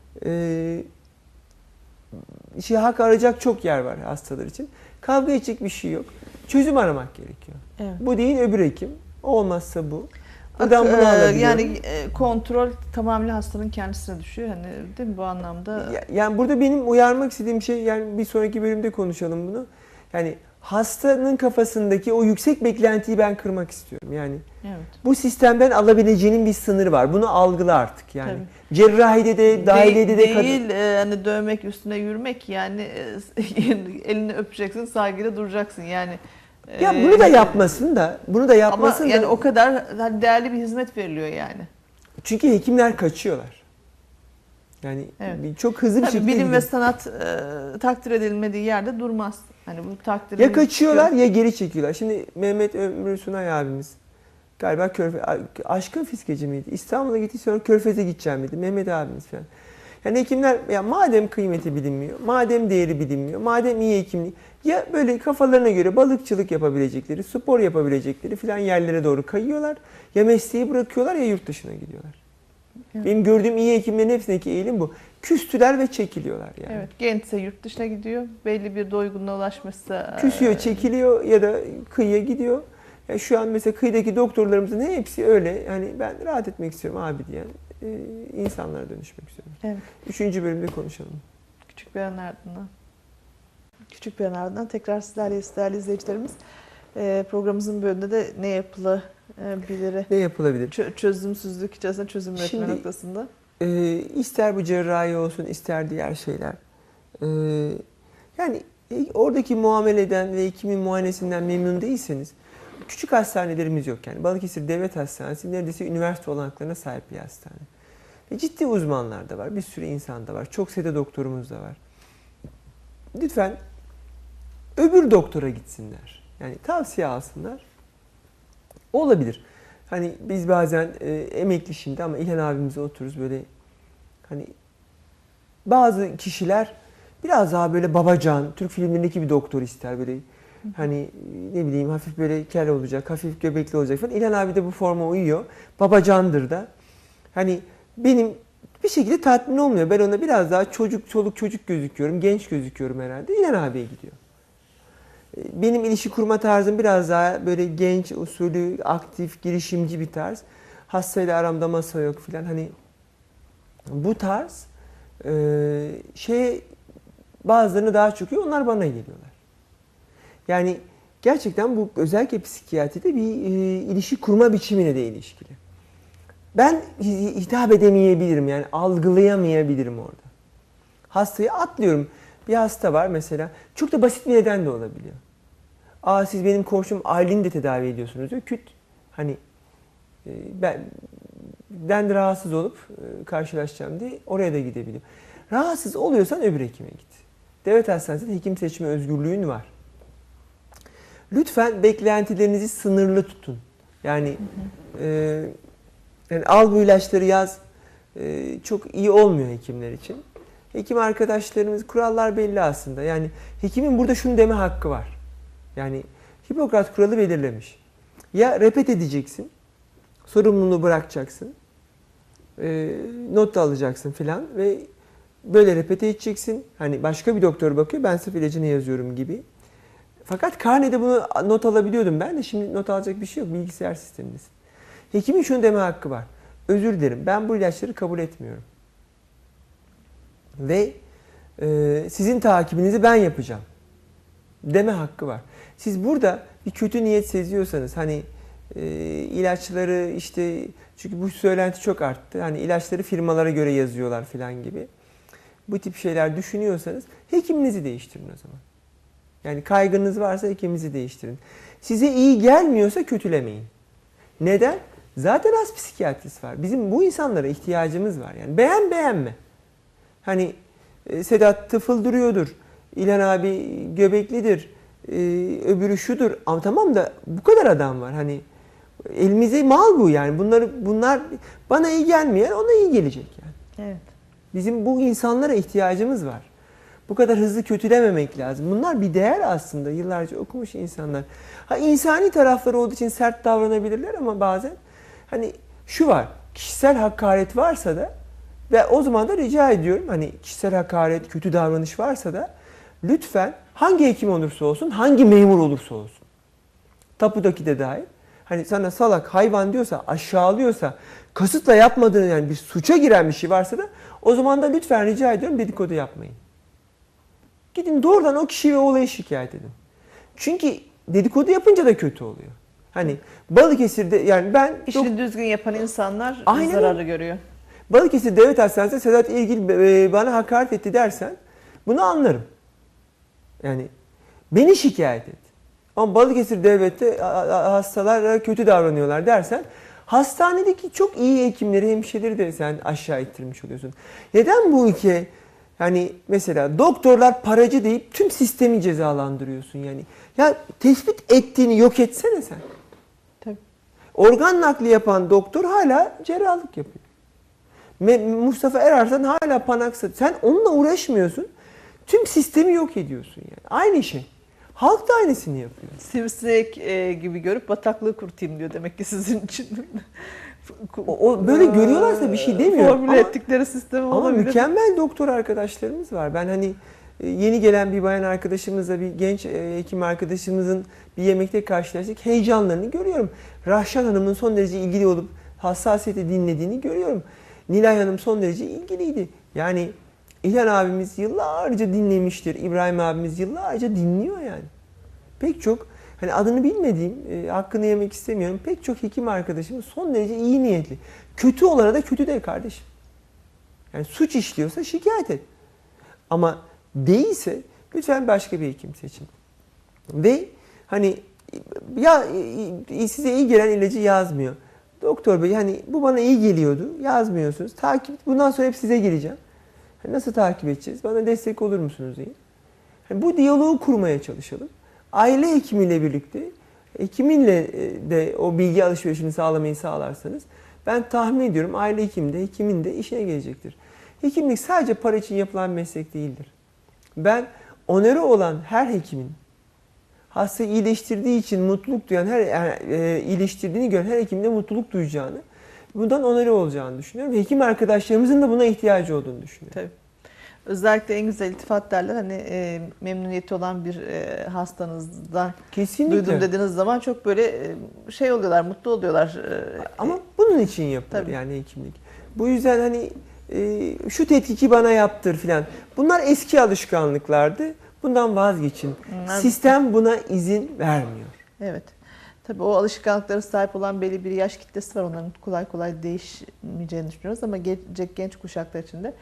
hak arayacak çok yer var hastalar için. Kavga edecek bir şey yok. Çözüm aramak gerekiyor. Evet. Bu değil öbür hekim. O olmazsa bu. Buradan bunu alabiliyorum. Yani kontrol tamamen hastanın kendisine düşüyor. Hani değil mi bu anlamda? Yani burada benim uyarmak istediğim şey, yani bir sonraki bölümde konuşalım bunu. Yani hastanın kafasındaki o yüksek beklentiyi ben kırmak istiyorum. Yani evet. Bu sistemden alabileceğinin bir sınırı var. Bunu algıla artık yani. Tabii. Cerrahide de, dahiliyede de değil hani dövmek, üstüne yürümek, yani elini öpeceksin, saygıyla duracaksın yani. Ya bunu da yapmasın da, bunu da yapmasın ama da. yani o kadar değerli bir hizmet veriliyor yani. Çünkü hekimler kaçıyorlar. Yani evet. çok hızlı bir Tabii şekilde bilim ve sanat takdir edilmediği yerde durmaz. Hani bu takdirin ya kaçıyorlar ya geri çekiyorlar. Şimdi Mehmet Ömrü Sunay abimiz galiba Aşkın Fiskeci miydi? İstanbul'a gitti, sonra Körfez'e gideceğim dedi. Mehmet abimiz falan. Yani hekimler ya madem kıymeti bilinmiyor, madem değeri bilinmiyor, madem iyi hekimlik, ya böyle kafalarına göre balıkçılık yapabilecekleri, spor yapabilecekleri falan yerlere doğru kayıyorlar. Ya mesleği bırakıyorlar ya yurt dışına gidiyorlar. Evet. Benim gördüğüm iyi hekimlerin hepsindeki eğilim bu. Küstüler ve çekiliyorlar yani. Evet, gençse yurt dışına gidiyor. Belli bir doygunluğa ulaşmışsa küsüyor, çekiliyor ya da kıyıya gidiyor. Yani şu an mesela kıyıdaki doktorlarımızın hepsi öyle. Yani ben rahat etmek istiyorum abi diyen insanlara dönüşmek istiyorum. Evet. 3. bölümde konuşalım. Küçük bir aranın ardından. Küçük bir aranın ardından tekrar sizlerleyiz değerli izleyicilerimiz. Programımızın bölümünde de ne yapılabilir? Ne yapılabilir? Çözümsüzlük içerisinde çözüm üretme noktasında. İster bu cerrahi olsun, ister diğer şeyler. Yani oradaki muameleden ve hekimin muayenesinden memnun değilseniz, küçük hastanelerimiz yok yani. Balıkesir Devlet Hastanesi neredeyse üniversite olanaklarına sahip bir hastane. Ve ciddi uzmanlar da var, bir sürü insan da var, çok sayıda doktorumuz da var. Lütfen öbür doktora gitsinler. Yani tavsiye alsınlar. Olabilir. Hani biz bazen emekli şimdi ama İlhan abimizle otururuz böyle, hani bazı kişiler biraz daha böyle babacan, Türk filmlerindeki bir doktor ister böyle. Hani ne bileyim hafif böyle kel olacak, hafif göbekli olacak falan. İlhan abi de bu forma uyuyor. Babacandır da. Hani benim bir şekilde tatmin olmuyor. Ben ona biraz daha çoluk çocuk gözüküyorum, genç gözüküyorum herhalde. İlhan abiye gidiyor. Benim ilişki kurma tarzım biraz daha böyle genç usulü, aktif, girişimci bir tarz. Hastayla aramda masa yok filan. Hani bu tarz bazılarını daha çok iyi, onlar bana geliyorlar. Yani gerçekten bu özellikle psikiyatride bir ilişki kurma biçimine de ilişkili. Ben hitap edemeyebilirim, yani algılayamayabilirim orada. Hastayı atlıyorum. Bir hasta var mesela, çok da basit bir neden de olabiliyor. Siz benim komşum Aylin'i de tedavi ediyorsunuz diyor. Küt. Hani ben de rahatsız olup karşılaşacağım diye oraya da gidebiliyorum. Rahatsız oluyorsan öbür hekime git. Devlet hastanesinde hekim seçme özgürlüğün var. Lütfen beklentilerinizi sınırlı tutun. Yani, yani al bu ilaçları yaz. Çok iyi olmuyor hekimler için. Hekim arkadaşlarımız, kurallar belli aslında. Yani hekimin burada şunu deme hakkı var. Yani Hipokrat kuralı belirlemiş. Ya repet edeceksin, sorumluluğu bırakacaksın, not da alacaksın filan ve böyle repete edeceksin. Hani başka bir doktor bakıyor, ben sırf ilacını yazıyorum gibi. Fakat karnede bunu not alabiliyordum ben de, şimdi not alacak bir şey yok, bilgisayar sistemindesin. Hekimin şunu deme hakkı var. Özür dilerim, ben bu ilaçları kabul etmiyorum. Ve sizin takibinizi ben yapacağım deme hakkı var. Siz burada bir kötü niyet seziyorsanız, hani ilaçları işte, çünkü bu söylenti çok arttı. Hani ilaçları firmalara göre yazıyorlar falan gibi. Bu tip şeyler düşünüyorsanız hekiminizi değiştirin o zaman. Yani kaygınız varsa hekiminizi değiştirin. Size iyi gelmiyorsa kötülemeyin. Neden? Zaten az psikiyatrist var. Bizim bu insanlara ihtiyacımız var. Yani beğenme. Hani Sedat tıfıldırıyordur. İlhan abi göbeklidir. Öbürü şudur. Ama tamam da bu kadar adam var. Hani elimize mal bu yani. Bunlar bana iyi gelmeyen ona iyi gelecek yani. Evet. Bizim bu insanlara ihtiyacımız var. Bu kadar hızlı kötülememek lazım. Bunlar bir değer aslında. Yıllarca okumuş insanlar. İnsani tarafları olduğu için sert davranabilirler ama bazen hani şu var. Kişisel hakaret varsa da ve o zaman da rica ediyorum, hani kişisel hakaret, kötü davranış varsa da lütfen hangi hekim olursa olsun, hangi memur olursa olsun, tapudaki de dahil, hani sana salak, hayvan diyorsa, aşağılıyorsa, kasıtla yapmadığın, yani bir suça giren bir şey varsa da o zaman da lütfen rica ediyorum dedikodu yapmayın. Gidin doğrudan o kişiyi ve olayı şikayet edin. Çünkü dedikodu yapınca da kötü oluyor. Hani Balıkesir'de, yani ben İşini düzgün yapan insanlar Aynen zararı görüyor. Balıkesir Devlet Hastanesi'nde Sedat İlgil bana hakaret etti dersen bunu anlarım. Yani beni şikayet et. Ama Balıkesir Devlet'te hastalara kötü davranıyorlar dersen hastanedeki çok iyi hekimleri, hemşireleri de sen aşağı ittirmiş oluyorsun. Neden bu ülke, hani mesela doktorlar paracı deyip tüm sistemi cezalandırıyorsun yani. Ya tespit ettiğini yok etsene sen. Tabii. Organ nakli yapan doktor hala cerrahlık yapıyor. Mustafa Erarsan hala Panaksa. Sen onunla uğraşmıyorsun. Tüm sistemi yok ediyorsun yani. Aynı şey. Halk da aynısını yapıyor. Sivrisinek gibi görüp bataklığı kurutayım diyor demek ki sizin için. O böyle görüyorlarsa bir şey demiyor. Formüle ettikleri sistem ama olabilir. mükemmel doktor arkadaşlarımız var. Ben hani yeni gelen bir bayan arkadaşımızla, bir genç hekim arkadaşımızın bir yemekte karşılaştık. Heyecanlarını görüyorum. Rahşan Hanım'ın son derece ilgili olup hassasiyeti dinlediğini görüyorum. Nilay Hanım son derece ilgiliydi. Yani İlhan abimiz yıllarca dinlemiştir. İbrahim abimiz yıllarca dinliyor yani. Pek çok, hani adını bilmediğim, hakkını yemek istemiyorum. Pek çok hekim arkadaşımız son derece iyi niyetli. Kötü olana da kötü de kardeşim. Yani suç işliyorsa şikayet et. Ama değilse lütfen başka bir hekim seçin. Ve hani ya size iyi gelen ilacı yazmıyor. Doktor bey, hani bu bana iyi geliyordu. Yazmıyorsunuz. Bundan sonra hep size geleceğim. Nasıl takip edeceğiz? Bana destek olur musunuz diye. Yani bu diyaloğu kurmaya çalışalım. Aile hekimiyle birlikte, hekiminle de o bilgi alışverişini sağlamayı sağlarsanız, ben tahmin ediyorum aile hekimin de işine gelecektir. Hekimlik sadece para için yapılan meslek değildir. Ben onarı olan her hekimin, hastayı iyileştirdiği için mutluluk duyan, iyileştirdiğini gören her hekimin de mutluluk duyacağını, bundan onarı olacağını düşünüyorum. Hekim arkadaşlarımızın da buna ihtiyacı olduğunu düşünüyorum. Tabii. Özellikle en güzel iltifat derler. Hani memnuniyeti olan bir hastanızdan Kesinlikle duydum dediğiniz zaman çok böyle şey oluyorlar, mutlu oluyorlar. Ama bunun için yapılır tabii. yani hekimlik. Bu yüzden hani şu tetkiki bana yaptır filan. Bunlar eski alışkanlıklardı. Bundan vazgeçin. Sistem buna izin vermiyor. Evet. Tabii o alışkanlıklara sahip olan belli bir yaş kitlesi var. Onların kolay kolay değişmeyeceğini düşünüyoruz ama gelecek genç kuşaklar için de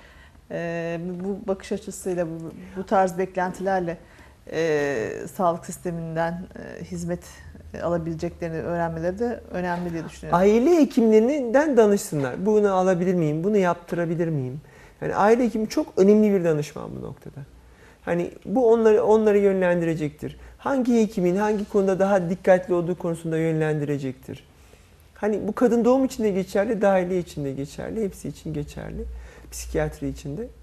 bu bakış açısıyla, bu tarz beklentilerle sağlık sisteminden hizmet alabileceklerini öğrenmeleri de önemli diye düşünüyorum. Aile hekimlerinden danışsınlar. Bunu alabilir miyim? Bunu yaptırabilir miyim? Yani aile hekimi çok önemli bir danışman bu noktada. Hani bu onları yönlendirecektir. Hangi hekimin hangi konuda daha dikkatli olduğu konusunda yönlendirecektir. Hani bu kadın doğum için de geçerli, dahiliye için de geçerli, hepsi için geçerli. Psikiyatri için de.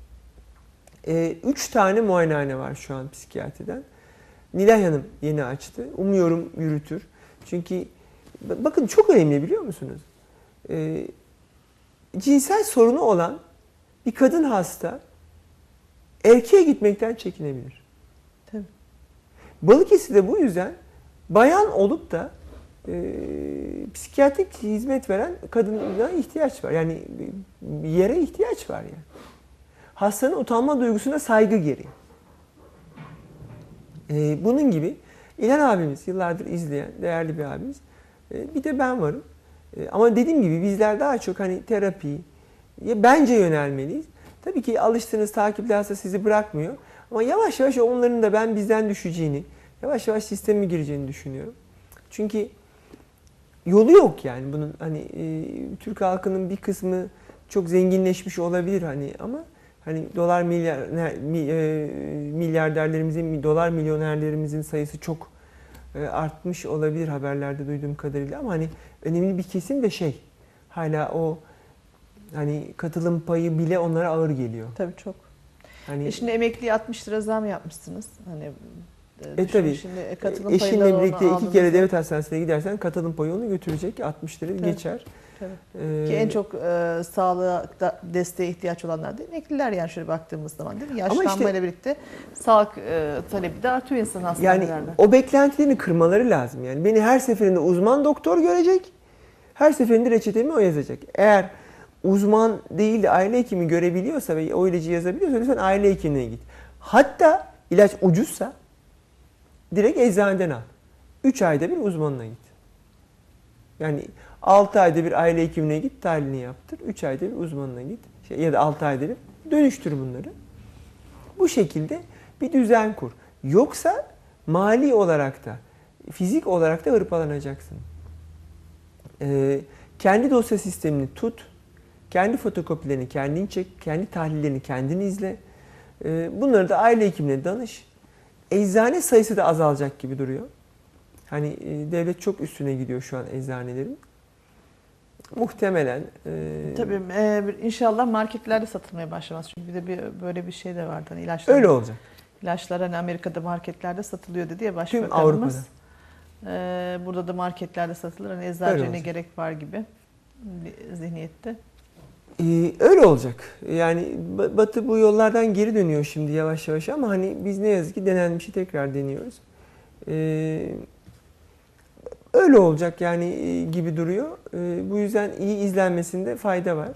3 tane muayenehane var şu an psikiyatriden. Nilay Hanım yeni açtı. Umuyorum yürütür. Çünkü bakın çok önemli, biliyor musunuz? Cinsel sorunu olan bir kadın hasta erkeğe gitmekten çekinebilir. Tabii. Balıkesir'de bu yüzden bayan olup da psikiyatrik hizmet veren kadına ihtiyaç var. Yani bir yere ihtiyaç var yani. Hastanın utanma duygusuna saygı gereği. Bunun gibi İlhan abimiz, yıllardır izleyen değerli bir abimiz. Bir de ben varım. Ama dediğim gibi bizler daha çok hani terapi bence yönelmeliyiz. Tabii ki alıştığınız takipte hasta sizi bırakmıyor. Ama yavaş yavaş onların da bizden düşeceğini, yavaş yavaş sisteme gireceğini düşünüyorum. Çünkü yolu yok yani bunun, hani Türk halkının bir kısmı çok zenginleşmiş olabilir hani, ama hani milyarderlerimizin, dolar milyonerlerimizin sayısı çok artmış olabilir haberlerde duyduğum kadarıyla, ama hani önemli bir kesim de hala o hani katılım payı bile onlara ağır geliyor. Tabii çok. Hani şimdi emekliye 60 lira zam yapmışsınız. Hani tabii. Şimdi katılım Eşinle payıyla birlikte onu 2 kere aldığınızda- devlet hastanesine gidersen katılım payı onu götürecek. 60 lira Tabii. geçer. Tabii. Ki en çok sağlığa desteğe ihtiyaç olanlar da emekliler, yani şöyle baktığımız zaman, değil mi? Yaşlanmayla birlikte sağlık talebi de artıyor insan hastanelerde. Yani o beklentilerini kırmaları lazım. Yani beni her seferinde uzman doktor görecek. Her seferinde reçetemi o yazacak. Eğer uzman değil de aile hekimi görebiliyorsa ve o ilacı yazabiliyorsa lütfen aile hekimine git. Hatta ilaç ucuzsa direkt eczaneden al. 3 ayda bir uzmanına git. Yani 6 ayda bir aile hekimine git, tahlilini yaptır. 3 ayda bir uzmanına git. Ya da 6 ayda bir dönüştür bunları. Bu şekilde bir düzen kur. Yoksa mali olarak da, fizik olarak da hırpalanacaksın. Kendi dosya sistemini tut. Kendi fotokopilerini kendin çek. Kendi tahlillerini kendin izle. Bunları da aile hekimine danış. Eczane sayısı da azalacak gibi duruyor. Hani devlet çok üstüne gidiyor şu an eczanelerin. Muhtemelen. Tabii inşallah marketlerde satılmaya başlamaz. Çünkü bir de böyle bir şey de vardı. Hani ilaçlar, öyle olacak. İlaçlar hani Amerika'da marketlerde satılıyor dedi ya Tüm başbakanımız. Avrupa'da. Burada da marketlerde satılır. Hani eczacıya ne gerek var gibi bir zihniyette. Öyle olacak. Yani Batı bu yollardan geri dönüyor şimdi yavaş yavaş, ama hani biz ne yazık ki denenmişi tekrar deniyoruz. Öyle olacak yani gibi duruyor. Bu yüzden iyi izlenmesinde fayda var.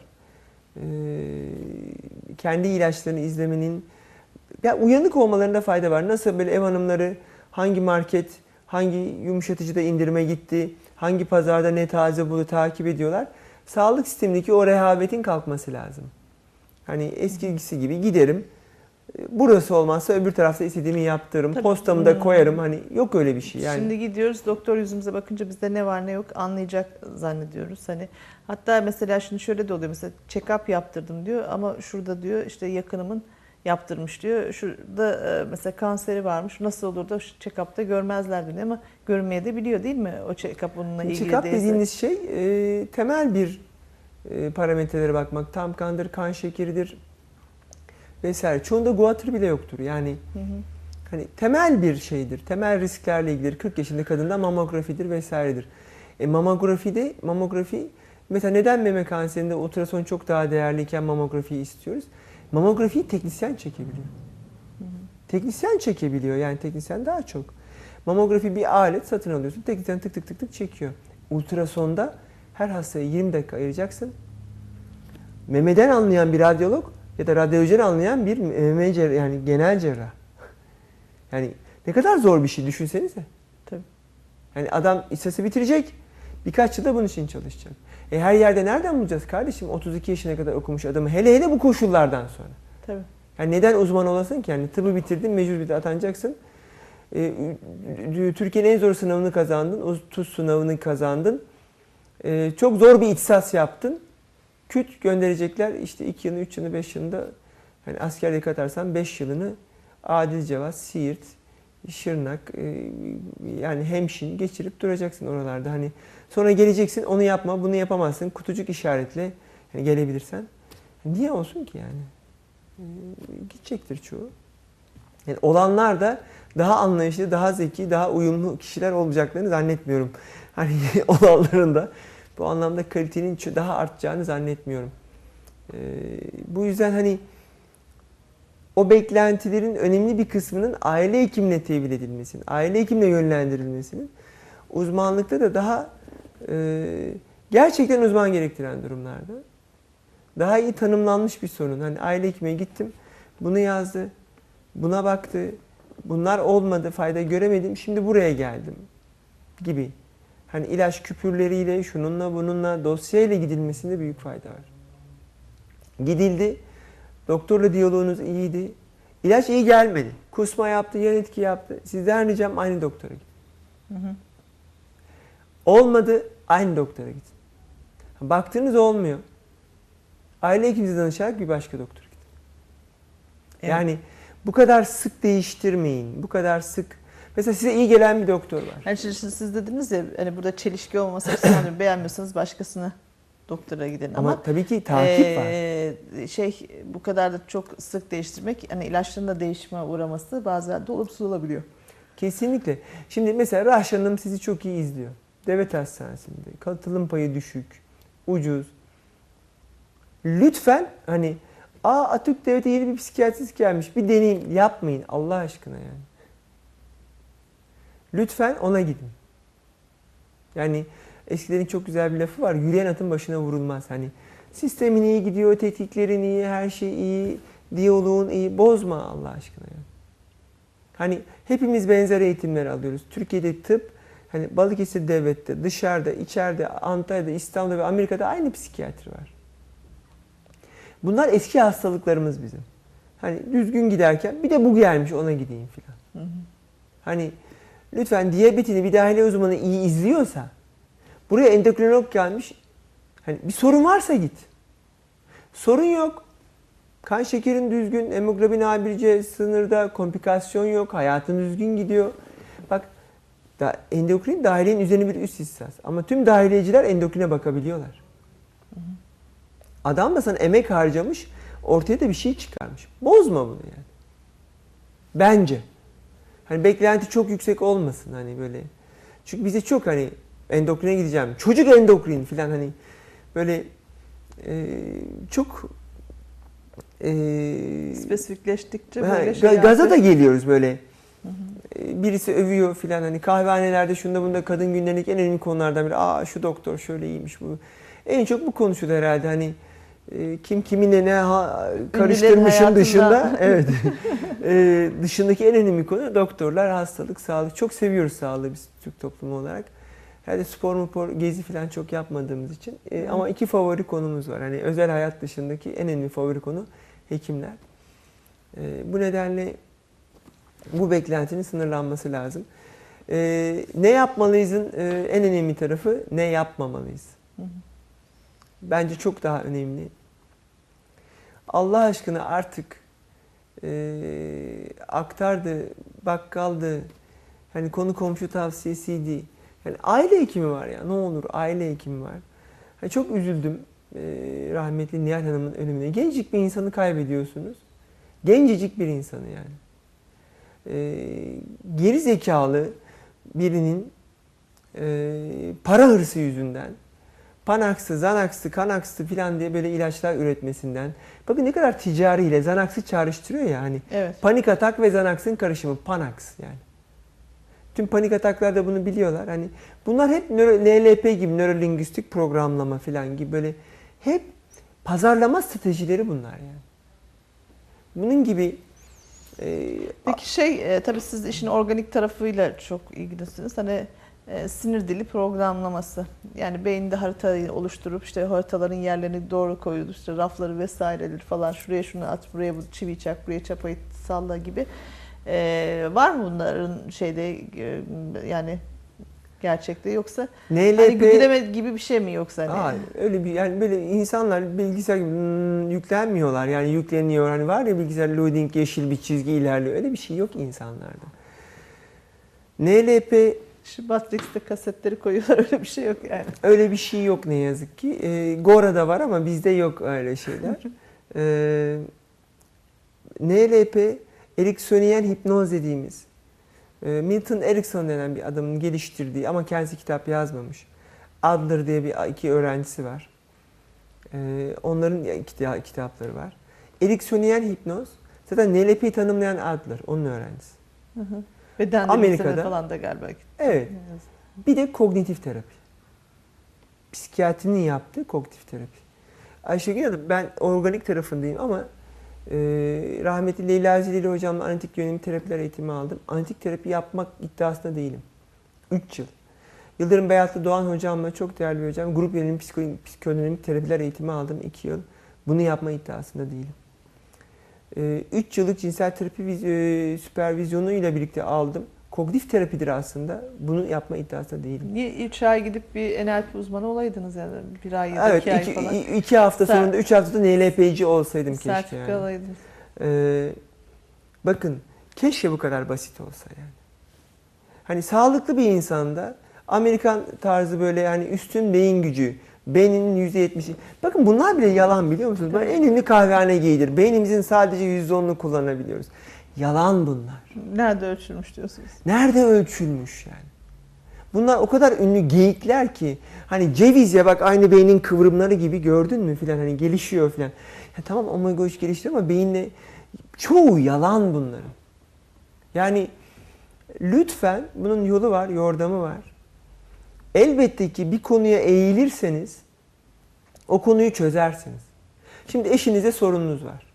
Kendi ilaçlarını izlemenin, ya uyanık olmalarında fayda var. Nasıl böyle ev hanımları hangi market, hangi yumuşatıcıda indirime gitti, hangi pazarda ne taze buldu takip ediyorlar. Sağlık sistemindeki o rehavetin kalkması lazım. Hani eskisi gibi giderim, burası olmazsa öbür tarafta istediğimi yaptırırım, Tabii. Postamı da koyarım. Hani yok öyle bir şey. Yani Şimdi gidiyoruz, doktor yüzümüze bakınca bizde ne var ne yok anlayacak zannediyoruz. Hani hatta mesela şimdi şöyle de oluyor, mesela check-up yaptırdım diyor ama şurada diyor işte yakınımın yaptırmış diyor. Şurada mesela kanseri varmış. Nasıl olur da check-up'ta görmezler diyor, ama görmeye de biliyor değil mi? O check-up onunla ilgili check-up değilse. dediğiniz şey temel bir parametrelere bakmak. Tam kandır, kan şekeridir vesaire. Çoğunda guatr bile yoktur. Yani hani temel bir şeydir. Temel risklerle ilgili 40 yaşında kadında mamografidir vesairedir. Mamografi mesela neden meme kanserinde ultrason çok daha değerliyken mamografiyi istiyoruz? Mamografiyi teknisyen çekebiliyor. Teknisyen çekebiliyor, yani teknisyen daha çok. Mamografi bir alet, satın alıyorsun. Teknisyen tık tık tık tık çekiyor. Ultrasonda her hastaya 20 dakika ayıracaksın. Memeden anlayan bir radyolog ya da radyolojiden anlayan bir meme yani genel cerrah. Yani ne kadar zor bir şey düşünsenize. Tabii. Yani adam İSAS'ı bitirecek. Birkaç yılda bunun için çalışacak. Her yerde nereden bulacağız kardeşim 32 yaşına kadar okumuş adamı, hele bu koşullardan sonra. Tabii. Yani neden uzman olasın ki? Yani tıbbı bitirdin, mecbur bir de atanacaksın. Türkiye'nin en zor sınavını kazandın. TUS sınavını kazandın. Çok zor bir ihtisas yaptın. Küt gönderecekler. İşte 2 yılını, 3 yılını, 5 yılında, yani askerliğe katarsan 5 yılını Adilcevaz, Siirt, Şırnak, yani Hemşin geçirip duracaksın oralarda. Hani sonra geleceksin, onu yapma, bunu yapamazsın. Kutucuk işaretle yani gelebilirsen. Niye olsun ki yani? Gidecektir çoğu. Yani olanlar da daha anlayışlı, daha zeki, daha uyumlu kişiler olacaklarını zannetmiyorum. Hani olanların da bu anlamda kalitenin daha artacağını zannetmiyorum. Bu yüzden hani o beklentilerin önemli bir kısmının aile hekimine tevil edilmesinin, aile hekimine yönlendirilmesinin, uzmanlıkta da daha gerçekten uzman gerektiren durumlarda daha iyi tanımlanmış bir sorun. Hani aile hekimine gittim, bunu yazdı, buna baktı, Bunlar olmadı, fayda göremedim. Şimdi buraya geldim gibi. Hani ilaç küpürleriyle, şununla bununla, dosyayla gidilmesinde büyük fayda var. Gidildi. Doktorla diyaloğunuz iyiydi. İlaç iyi gelmedi. Kusma yaptı, yan etki yaptı. Sizden ricam aynı doktora gidin. Hı hı. Olmadı, aynı doktora gidin. Baktığınız olmuyor. Aile hekiminize danışarak bir başka doktora gidin. Evet. Yani bu kadar sık değiştirmeyin. Bu kadar sık. Mesela size iyi gelen bir doktor var. Yani şimdi siz dediniz ya hani burada çelişki olması açısından beğenmiyorsanız başkasına doktora gidin. Ama tabii ki takip var. Bu kadar da çok sık değiştirmek hani ilaçların da değişime uğraması bazen de olumsuz olabiliyor. Kesinlikle. Şimdi mesela Rahşan Hanım sizi çok iyi izliyor. Devlet hastanesinde. Katılım payı düşük. Ucuz. Lütfen hani Atatürk Devlet'e yeni bir psikiyatrist gelmiş. Bir deneyim yapmayın Allah aşkına yani. Lütfen ona gidin. Yani eskilerin çok güzel bir lafı var. Yürüyen atın başına vurulmaz. Hani sistemin iyi gidiyor, tetkiklerin iyi, her şey iyi, diyaloğun iyi. Bozma Allah aşkına yani. Hani hepimiz benzer eğitimler alıyoruz. Türkiye'de tıp, hani Balıkesir Devlet'te, dışarıda, içeride, Antalya'da, İstanbul'da ve Amerika'da aynı psikiyatri var. Bunlar eski hastalıklarımız bizim. Hani düzgün giderken bir de bu gelmiş ona gideyim filan. Hani lütfen diyabetini bir dahiliye uzmanı iyi izliyorsa, buraya endokrinolog gelmiş, hani bir sorun varsa git. Sorun yok. Kan şekerin düzgün, hemoglobin A1C sınırda, komplikasyon yok, hayatın düzgün gidiyor. Bak endokrin dahiliyenin üzerine bir üst hissas. Ama tüm dahiliyeciler endokrine bakabiliyorlar. Adam da sana emek harcamış, ortaya da bir şey çıkarmış. Bozma bunu yani. Bence. Hani beklenti çok yüksek olmasın hani böyle. Çünkü bize çok hani endokrine gideceğim. Çocuk endokrin falan hani böyle çok spesifikleştikçe böyle gaza da geliyoruz böyle. Birisi övüyor filan hani kahvehanelerde şunda bunda kadın günlerindeki en önemli konulardan biri. Şu doktor şöyle iyiymiş bu. En çok bu konuşuldu herhalde hani kim kiminle ne karıştırmışın dışında evet dışındaki en önemli konu doktorlar, hastalık, sağlık. Çok seviyoruz sağlığı biz Türk toplumu olarak. Herhalde spor, gezi falan çok yapmadığımız için. Ama iki favori konumuz var. Hani özel hayat dışındaki en önemli favori konu hekimler. Bu nedenle bu beklentinin sınırlanması lazım. Ne yapmalıyızın en önemli tarafı ne yapmamalıyız. Bence çok daha önemli. Allah aşkına artık aktardı, bakkaldı, hani konu komşu tavsiyesiydi. Yani aile hekimi var ya, ne olur aile hekimi var. Yani çok üzüldüm rahmetli Nihal Hanım'ın ölümüne. Gencecik bir insanı kaybediyorsunuz. Gencecik bir insanı yani. Geri zekalı birinin para hırsı yüzünden Panax'ı, Xanax'ı, Kanax'ı falan diye böyle ilaçlar üretmesinden. Bakın ne kadar ticariyle Xanax'ı çağrıştırıyor ya hani. Evet. Panik atak ve Xanax'ın karışımı Panax yani. Tüm panik ataklar da bunu biliyorlar. Hani bunlar hep NLP gibi nörolingüistik programlama falan gibi böyle hep pazarlama stratejileri bunlar yani. Bunun gibi peki tabii siz işin organik tarafıyla çok ilgilisiniz. Hani sinir dili programlaması. Yani beyinde haritayı oluşturup işte haritaların yerlerini doğru koyuyor, işte rafları vesaireleri falan şuraya şunu at, buraya bu çivi çak, buraya çapayı salla gibi. Var mı bunların yani gerçekte yoksa NLP hani güdüleme gibi bir şey mi yoksa hani? Öyle bir yani böyle insanlar bilgisayar gibi yüklenmiyorlar yani yükleniyor hani var ya bilgisayar loading yeşil bir çizgi ilerliyor öyle bir şey yok insanlarda. NLP Şu Matrix'te kasetleri koyuyorlar öyle bir şey yok yani. Öyle bir şey yok ne yazık ki. Gora'da var ama bizde yok öyle şeyler. NLP Eriksoniyen hipnoz dediğimiz Milton Erickson denen bir adamın geliştirdiği ama kendisi kitap yazmamış. Adler diye iki öğrencisi var. Onların kitapları var. Eriksoniyen hipnoz zaten NLP'yi tanımlayan Adler onun öğrencisi. Beden Amerika'da falan da galiba. Evet. Bir de kognitif terapi. Psikiyatrinin yaptığı kognitif terapi. Ayşegül Hanım ben organik tarafındayım ama Rahmetli Leyla Zileli hocamla analitik yönelim terapiler eğitimi aldım. Analitik terapi yapmak iddiasında değilim. 3 yıl. Yıldırım Beyatlı Doğan hocamla, çok değerli bir hocam, grup yönelim psikodinamik terapiler eğitimi aldım 2 yıl. Bunu yapma iddiasında değilim. 3 yıllık cinsel terapi süpervizyonu ile birlikte aldım. Kognitif terapidir aslında. Bunu yapma iddiasında değilim. Niye 3 ay gidip bir NLP uzmanı olaydınız yani? 1 ay ya da Evet, 2 ay falan. 2 hafta sonunda, 3 haftada NLP'ci olsaydım keşke yani. Sertifika alaydınız. Bakın, keşke bu kadar basit olsa yani. Hani sağlıklı bir insanda Amerikan tarzı böyle yani üstün beyin gücü, beyninin %70'i. Bakın bunlar bile yalan, biliyor musunuz? Böyle en ünlü kahvehane giyidir. Beynimizin sadece %10'unu kullanabiliyoruz. Yalan bunlar. Nerede ölçülmüş diyorsunuz? Nerede ölçülmüş yani? Bunlar o kadar ünlü geyikler ki hani ceviz ya bak aynı beynin kıvrımları gibi, gördün mü filan, hani gelişiyor filan. Ya tamam, omega 3 geliştiriyor ama beyinle çoğu yalan bunların. Yani lütfen, bunun yolu var, yordamı var. Elbette ki bir konuya eğilirseniz o konuyu çözersiniz. Şimdi eşinize sorununuz var.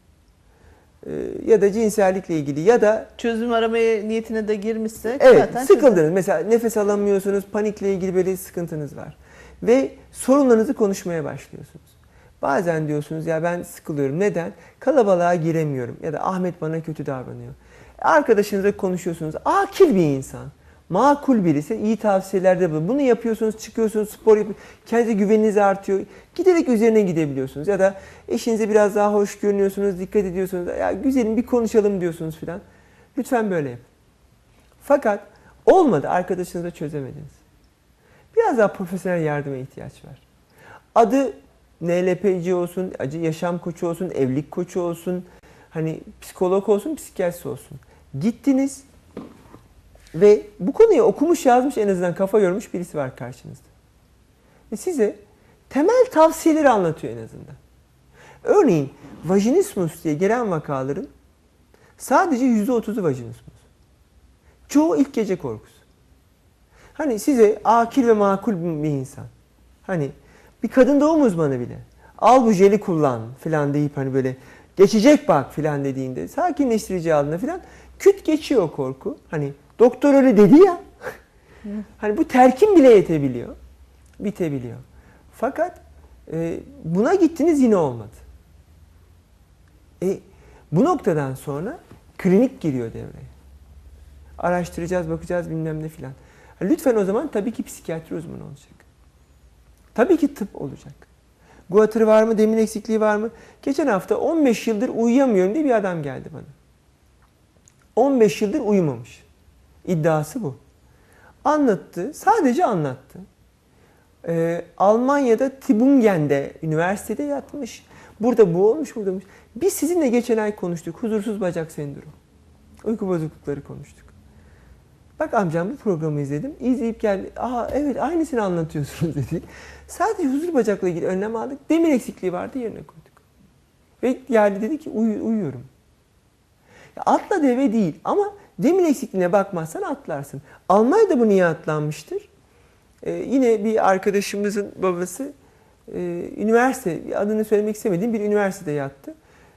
Ya da cinsellikle ilgili ya da Çözüm aramaya niyetine de girmişse evet, zaten sıkıldınız. çözer. Mesela nefes alamıyorsunuz, panikle ilgili böyle sıkıntınız var. Ve sorunlarınızı konuşmaya başlıyorsunuz. Bazen diyorsunuz ya ben sıkılıyorum. Neden? Kalabalığa giremiyorum ya da Ahmet bana kötü davranıyor. Arkadaşınızla konuşuyorsunuz. Akil bir insan. Makul birisi, iyi tavsiyelerde bulun. Bunu yapıyorsunuz, çıkıyorsunuz, spor yapıyorsunuz. Kendinize güveniniz artıyor. Giderek üzerine gidebiliyorsunuz. Ya da eşinize biraz daha hoş görünüyorsunuz, dikkat ediyorsunuz. Ya güzelim bir konuşalım diyorsunuz filan. Lütfen böyle yapın. Fakat olmadı, arkadaşınızla çözemediniz. Biraz daha profesyonel yardıma ihtiyaç var. Adı NLP'ci olsun, yaşam koçu olsun, evlilik koçu olsun, hani psikolog olsun, psikiyatrist olsun. Gittiniz ve bu konuyu okumuş, yazmış, en azından kafa yormuş birisi var karşınızda. Ve size temel tavsiyeleri anlatıyor en azından. Örneğin vajinismus diye gelen vakaların sadece %30'u vajinismus. Çoğu ilk gece korkusu. Hani size akil ve makul bir insan. Hani bir kadın doğum uzmanı bile al bu jeli kullan filan deyip hani böyle geçecek bak filan dediğinde, sakinleştirici aldığında filan küt geçiyor o korku. Hani doktor öyle dedi ya. Hani bu telkin bile yetebiliyor. Bitebiliyor. Fakat buna gittiniz, yine olmadı. Bu noktadan sonra klinik giriyor devreye. Araştıracağız, bakacağız bilmem ne filan. Lütfen o zaman tabii ki psikiyatri uzmanı olacak. Tabii ki tıp olacak. Guatr var mı, demin eksikliği var mı? Geçen hafta 15 yıldır uyuyamıyorum diye bir adam geldi bana. 15 yıldır uyumamış. İddiası bu. Anlattı, sadece anlattı. Almanya'da Tübingen'de, üniversitede yatmış. Burada bu olmuş, burada olmuş. Biz sizinle geçen ay konuştuk. Huzursuz bacak sendromu. Uyku bozuklukları konuştuk. Bak amcam, bu programı izledim. İzleyip geldi. Aa evet, aynısını anlatıyorsunuz dedi. Sadece huzur bacakla ilgili önlem aldık. Demir eksikliği vardı, yerine koyduk. Ve geldi dedi ki uyuyorum. Ya atla deve değil ama demir eksikliğine bakmazsan atlarsın. Almanya'da bu niye atlanmıştır? Yine bir arkadaşımızın babası üniversite, adını söylemek istemediğim bir üniversitede yattı.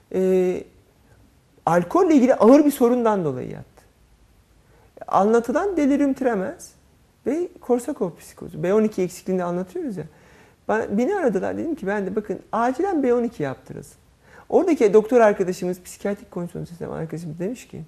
Alkolle ilgili ağır bir sorundan dolayı yattı. Anlatılan delirium tremens ve Korsakoff psikozu. B12 eksikliğini anlatıyoruz ya. Beni aradılar, dedim ki ben de bakın acilen B12 yaptırılsın. Oradaki doktor arkadaşımız, psikiyatrik kondisyon sistemi arkadaşımız demiş ki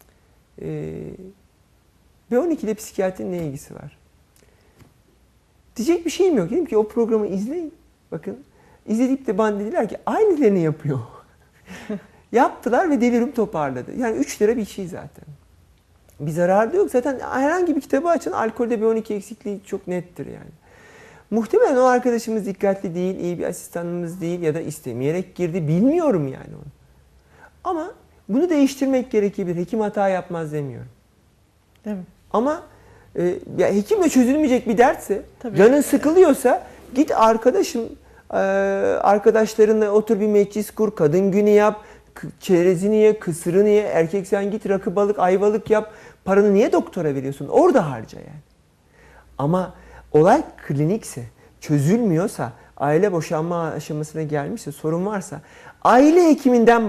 B12 ile psikiyatrinin ne ilgisi var? Diyecek bir şeyim yok. Dedim ki o programı izleyin. Bakın izleyip de bana dediler ki aynılarını yapıyor. Yaptılar ve delirium toparladı. Yani 3 lira bir şey zaten. Bir zararı da yok. Zaten herhangi bir kitabı açın, alkolde B12 eksikliği çok nettir yani. Muhtemelen o arkadaşımız dikkatli değil, iyi bir asistanımız değil ya da istemeyerek girdi. Bilmiyorum yani onu. Ama bunu değiştirmek gerekebilir. Hekim hata yapmaz demiyorum. Değil mi? Ama ya hekimle çözülmeyecek bir dertse, tabii, canın sıkılıyorsa git arkadaşlarınla otur bir meclis kur, kadın günü yap, çerezini ye, kısırını ye, erkek sen git rakı balık, ayvalık yap. Paranı niye doktora veriyorsun? Orada harca yani. Ama olay klinikse, çözülmüyorsa, aile boşanma aşamasına gelmişse, sorun varsa aile hekiminden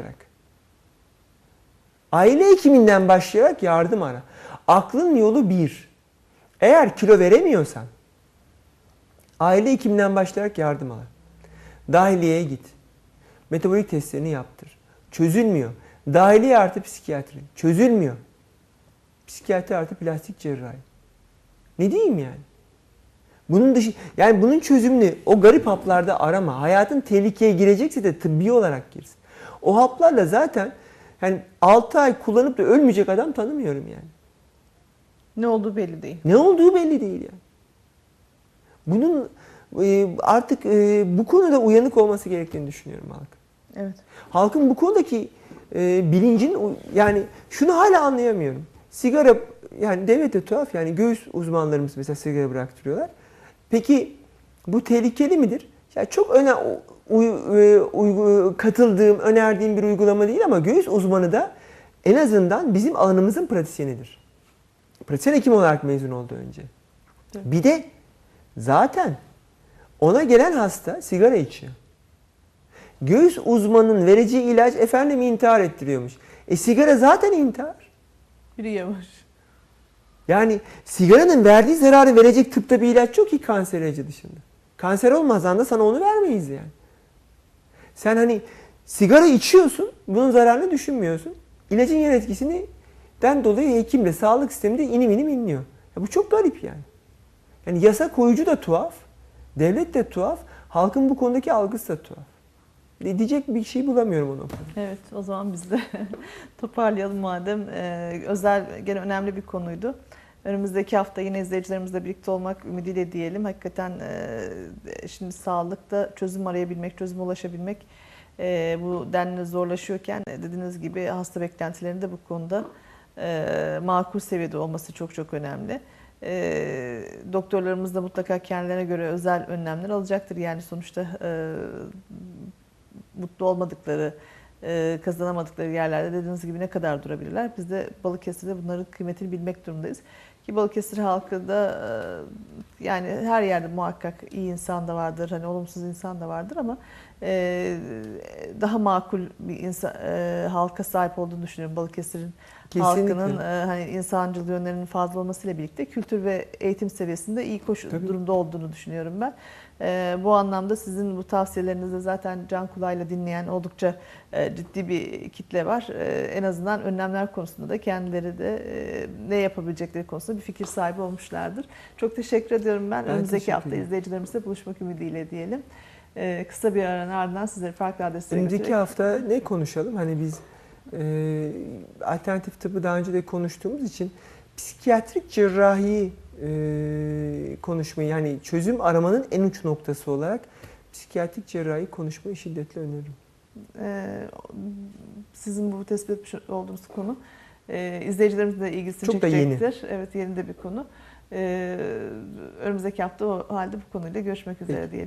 başlayarak yardım ara. Aklın yolu bir. Eğer kilo veremiyorsan aile hekiminden başlayarak yardım al. Dahiliyeye git. Metabolik testlerini yaptır. Çözülmüyor. Dahiliye artı psikiyatri. Çözülmüyor. Psikiyatri artı plastik cerrahi. Ne diyeyim yani? Bunun çözümünü o garip haplarda arama. Hayatın tehlikeye girecekse de tıbbi olarak girsin. O haplarla zaten yani 6 ay kullanıp da ölmeyecek adam tanımıyorum yani. Ne olduğu belli değil. Ne olduğu belli değil yani. Bunun artık bu konuda uyanık olması gerektiğini düşünüyorum halk. Evet. Halkın bu konudaki bilincin, yani şunu hala anlayamıyorum. Sigara, yani devlet de tuhaf, yani göğüs uzmanlarımız mesela sigara bıraktırıyorlar. Peki bu tehlikeli midir? Ya çok katıldığım, önerdiğim bir uygulama değil ama göğüs uzmanı da en azından bizim alanımızın pratisyenidir. Pratisyen hekim olarak mezun oldu önce. Evet. Bir de zaten ona gelen hasta sigara içiyor. Göğüs uzmanının vereceği ilaç intihar ettiriyormuş. Sigara zaten intihar. Biri yavaş. Yani sigaranın verdiği zararı verecek tıpta bir ilaç yok ki kanser ilacı dışında. Kanser olmazdan da sana onu vermeyiz yani. Sen hani sigara içiyorsun, bunun zararını düşünmüyorsun. İlacın yan etkisinden dolayı hekim de, sağlık sistemi de inim inim inliyor. Ya bu çok garip yani. Yani yasa koyucu da tuhaf, devlet de tuhaf, halkın bu konudaki algısı da tuhaf. Diyecek bir şey bulamıyorum o noktada. Evet, o zaman biz de toparlayalım madem. Gene önemli bir konuydu. Önümüzdeki hafta yine izleyicilerimizle birlikte olmak ümidiyle diyelim. Hakikaten şimdi sağlıkta çözüm arayabilmek, çözüme ulaşabilmek bu denli zorlaşıyorken dediğiniz gibi hasta beklentilerinin de bu konuda makul seviyede olması çok çok önemli. Doktorlarımız da mutlaka kendilerine göre özel önlemler alacaktır. Yani sonuçta mutlu olmadıkları, kazanamadıkları yerlerde dediğiniz gibi ne kadar durabilirler? Biz de Balıkesir'de bunların kıymetini bilmek durumundayız. Ki Balıkesir halkı da yani her yerde muhakkak iyi insan da vardır, hani olumsuz insan da vardır ama daha makul bir halka sahip olduğunu düşünüyorum Balıkesir'in. Halkının hani insancıl yönlerinin fazla olmasıyla birlikte kültür ve eğitim seviyesinde iyi durumda olduğunu düşünüyorum ben. Bu anlamda sizin bu tavsiyelerinizde zaten can kulağıyla dinleyen oldukça ciddi bir kitle var. En azından önlemler konusunda da kendileri de ne yapabilecekleri konusunda bir fikir sahibi olmuşlardır. Çok teşekkür ediyorum ben. Önümüzdeki hafta izleyicilerimizle buluşmak ümidiyle diyelim. Kısa bir aranın ardından sizleri farklı adreslere Önümüzdeki hafta ne konuşalım? Hani biz alternatif tıbbı daha önce de konuştuğumuz için psikiyatrik cerrahi konuşmayı, yani çözüm aramanın en uç noktası olarak psikiyatrik cerrahi konuşmayı şiddetle öneririm. Sizin bu tespit etmiş olduğunuz konu izleyicilerimizin de ilgisini çok çekecektir. Da yeni. Evet, yeni de bir konu. Önümüzdeki hafta o halde bu konuyla görüşmek üzere diyelim.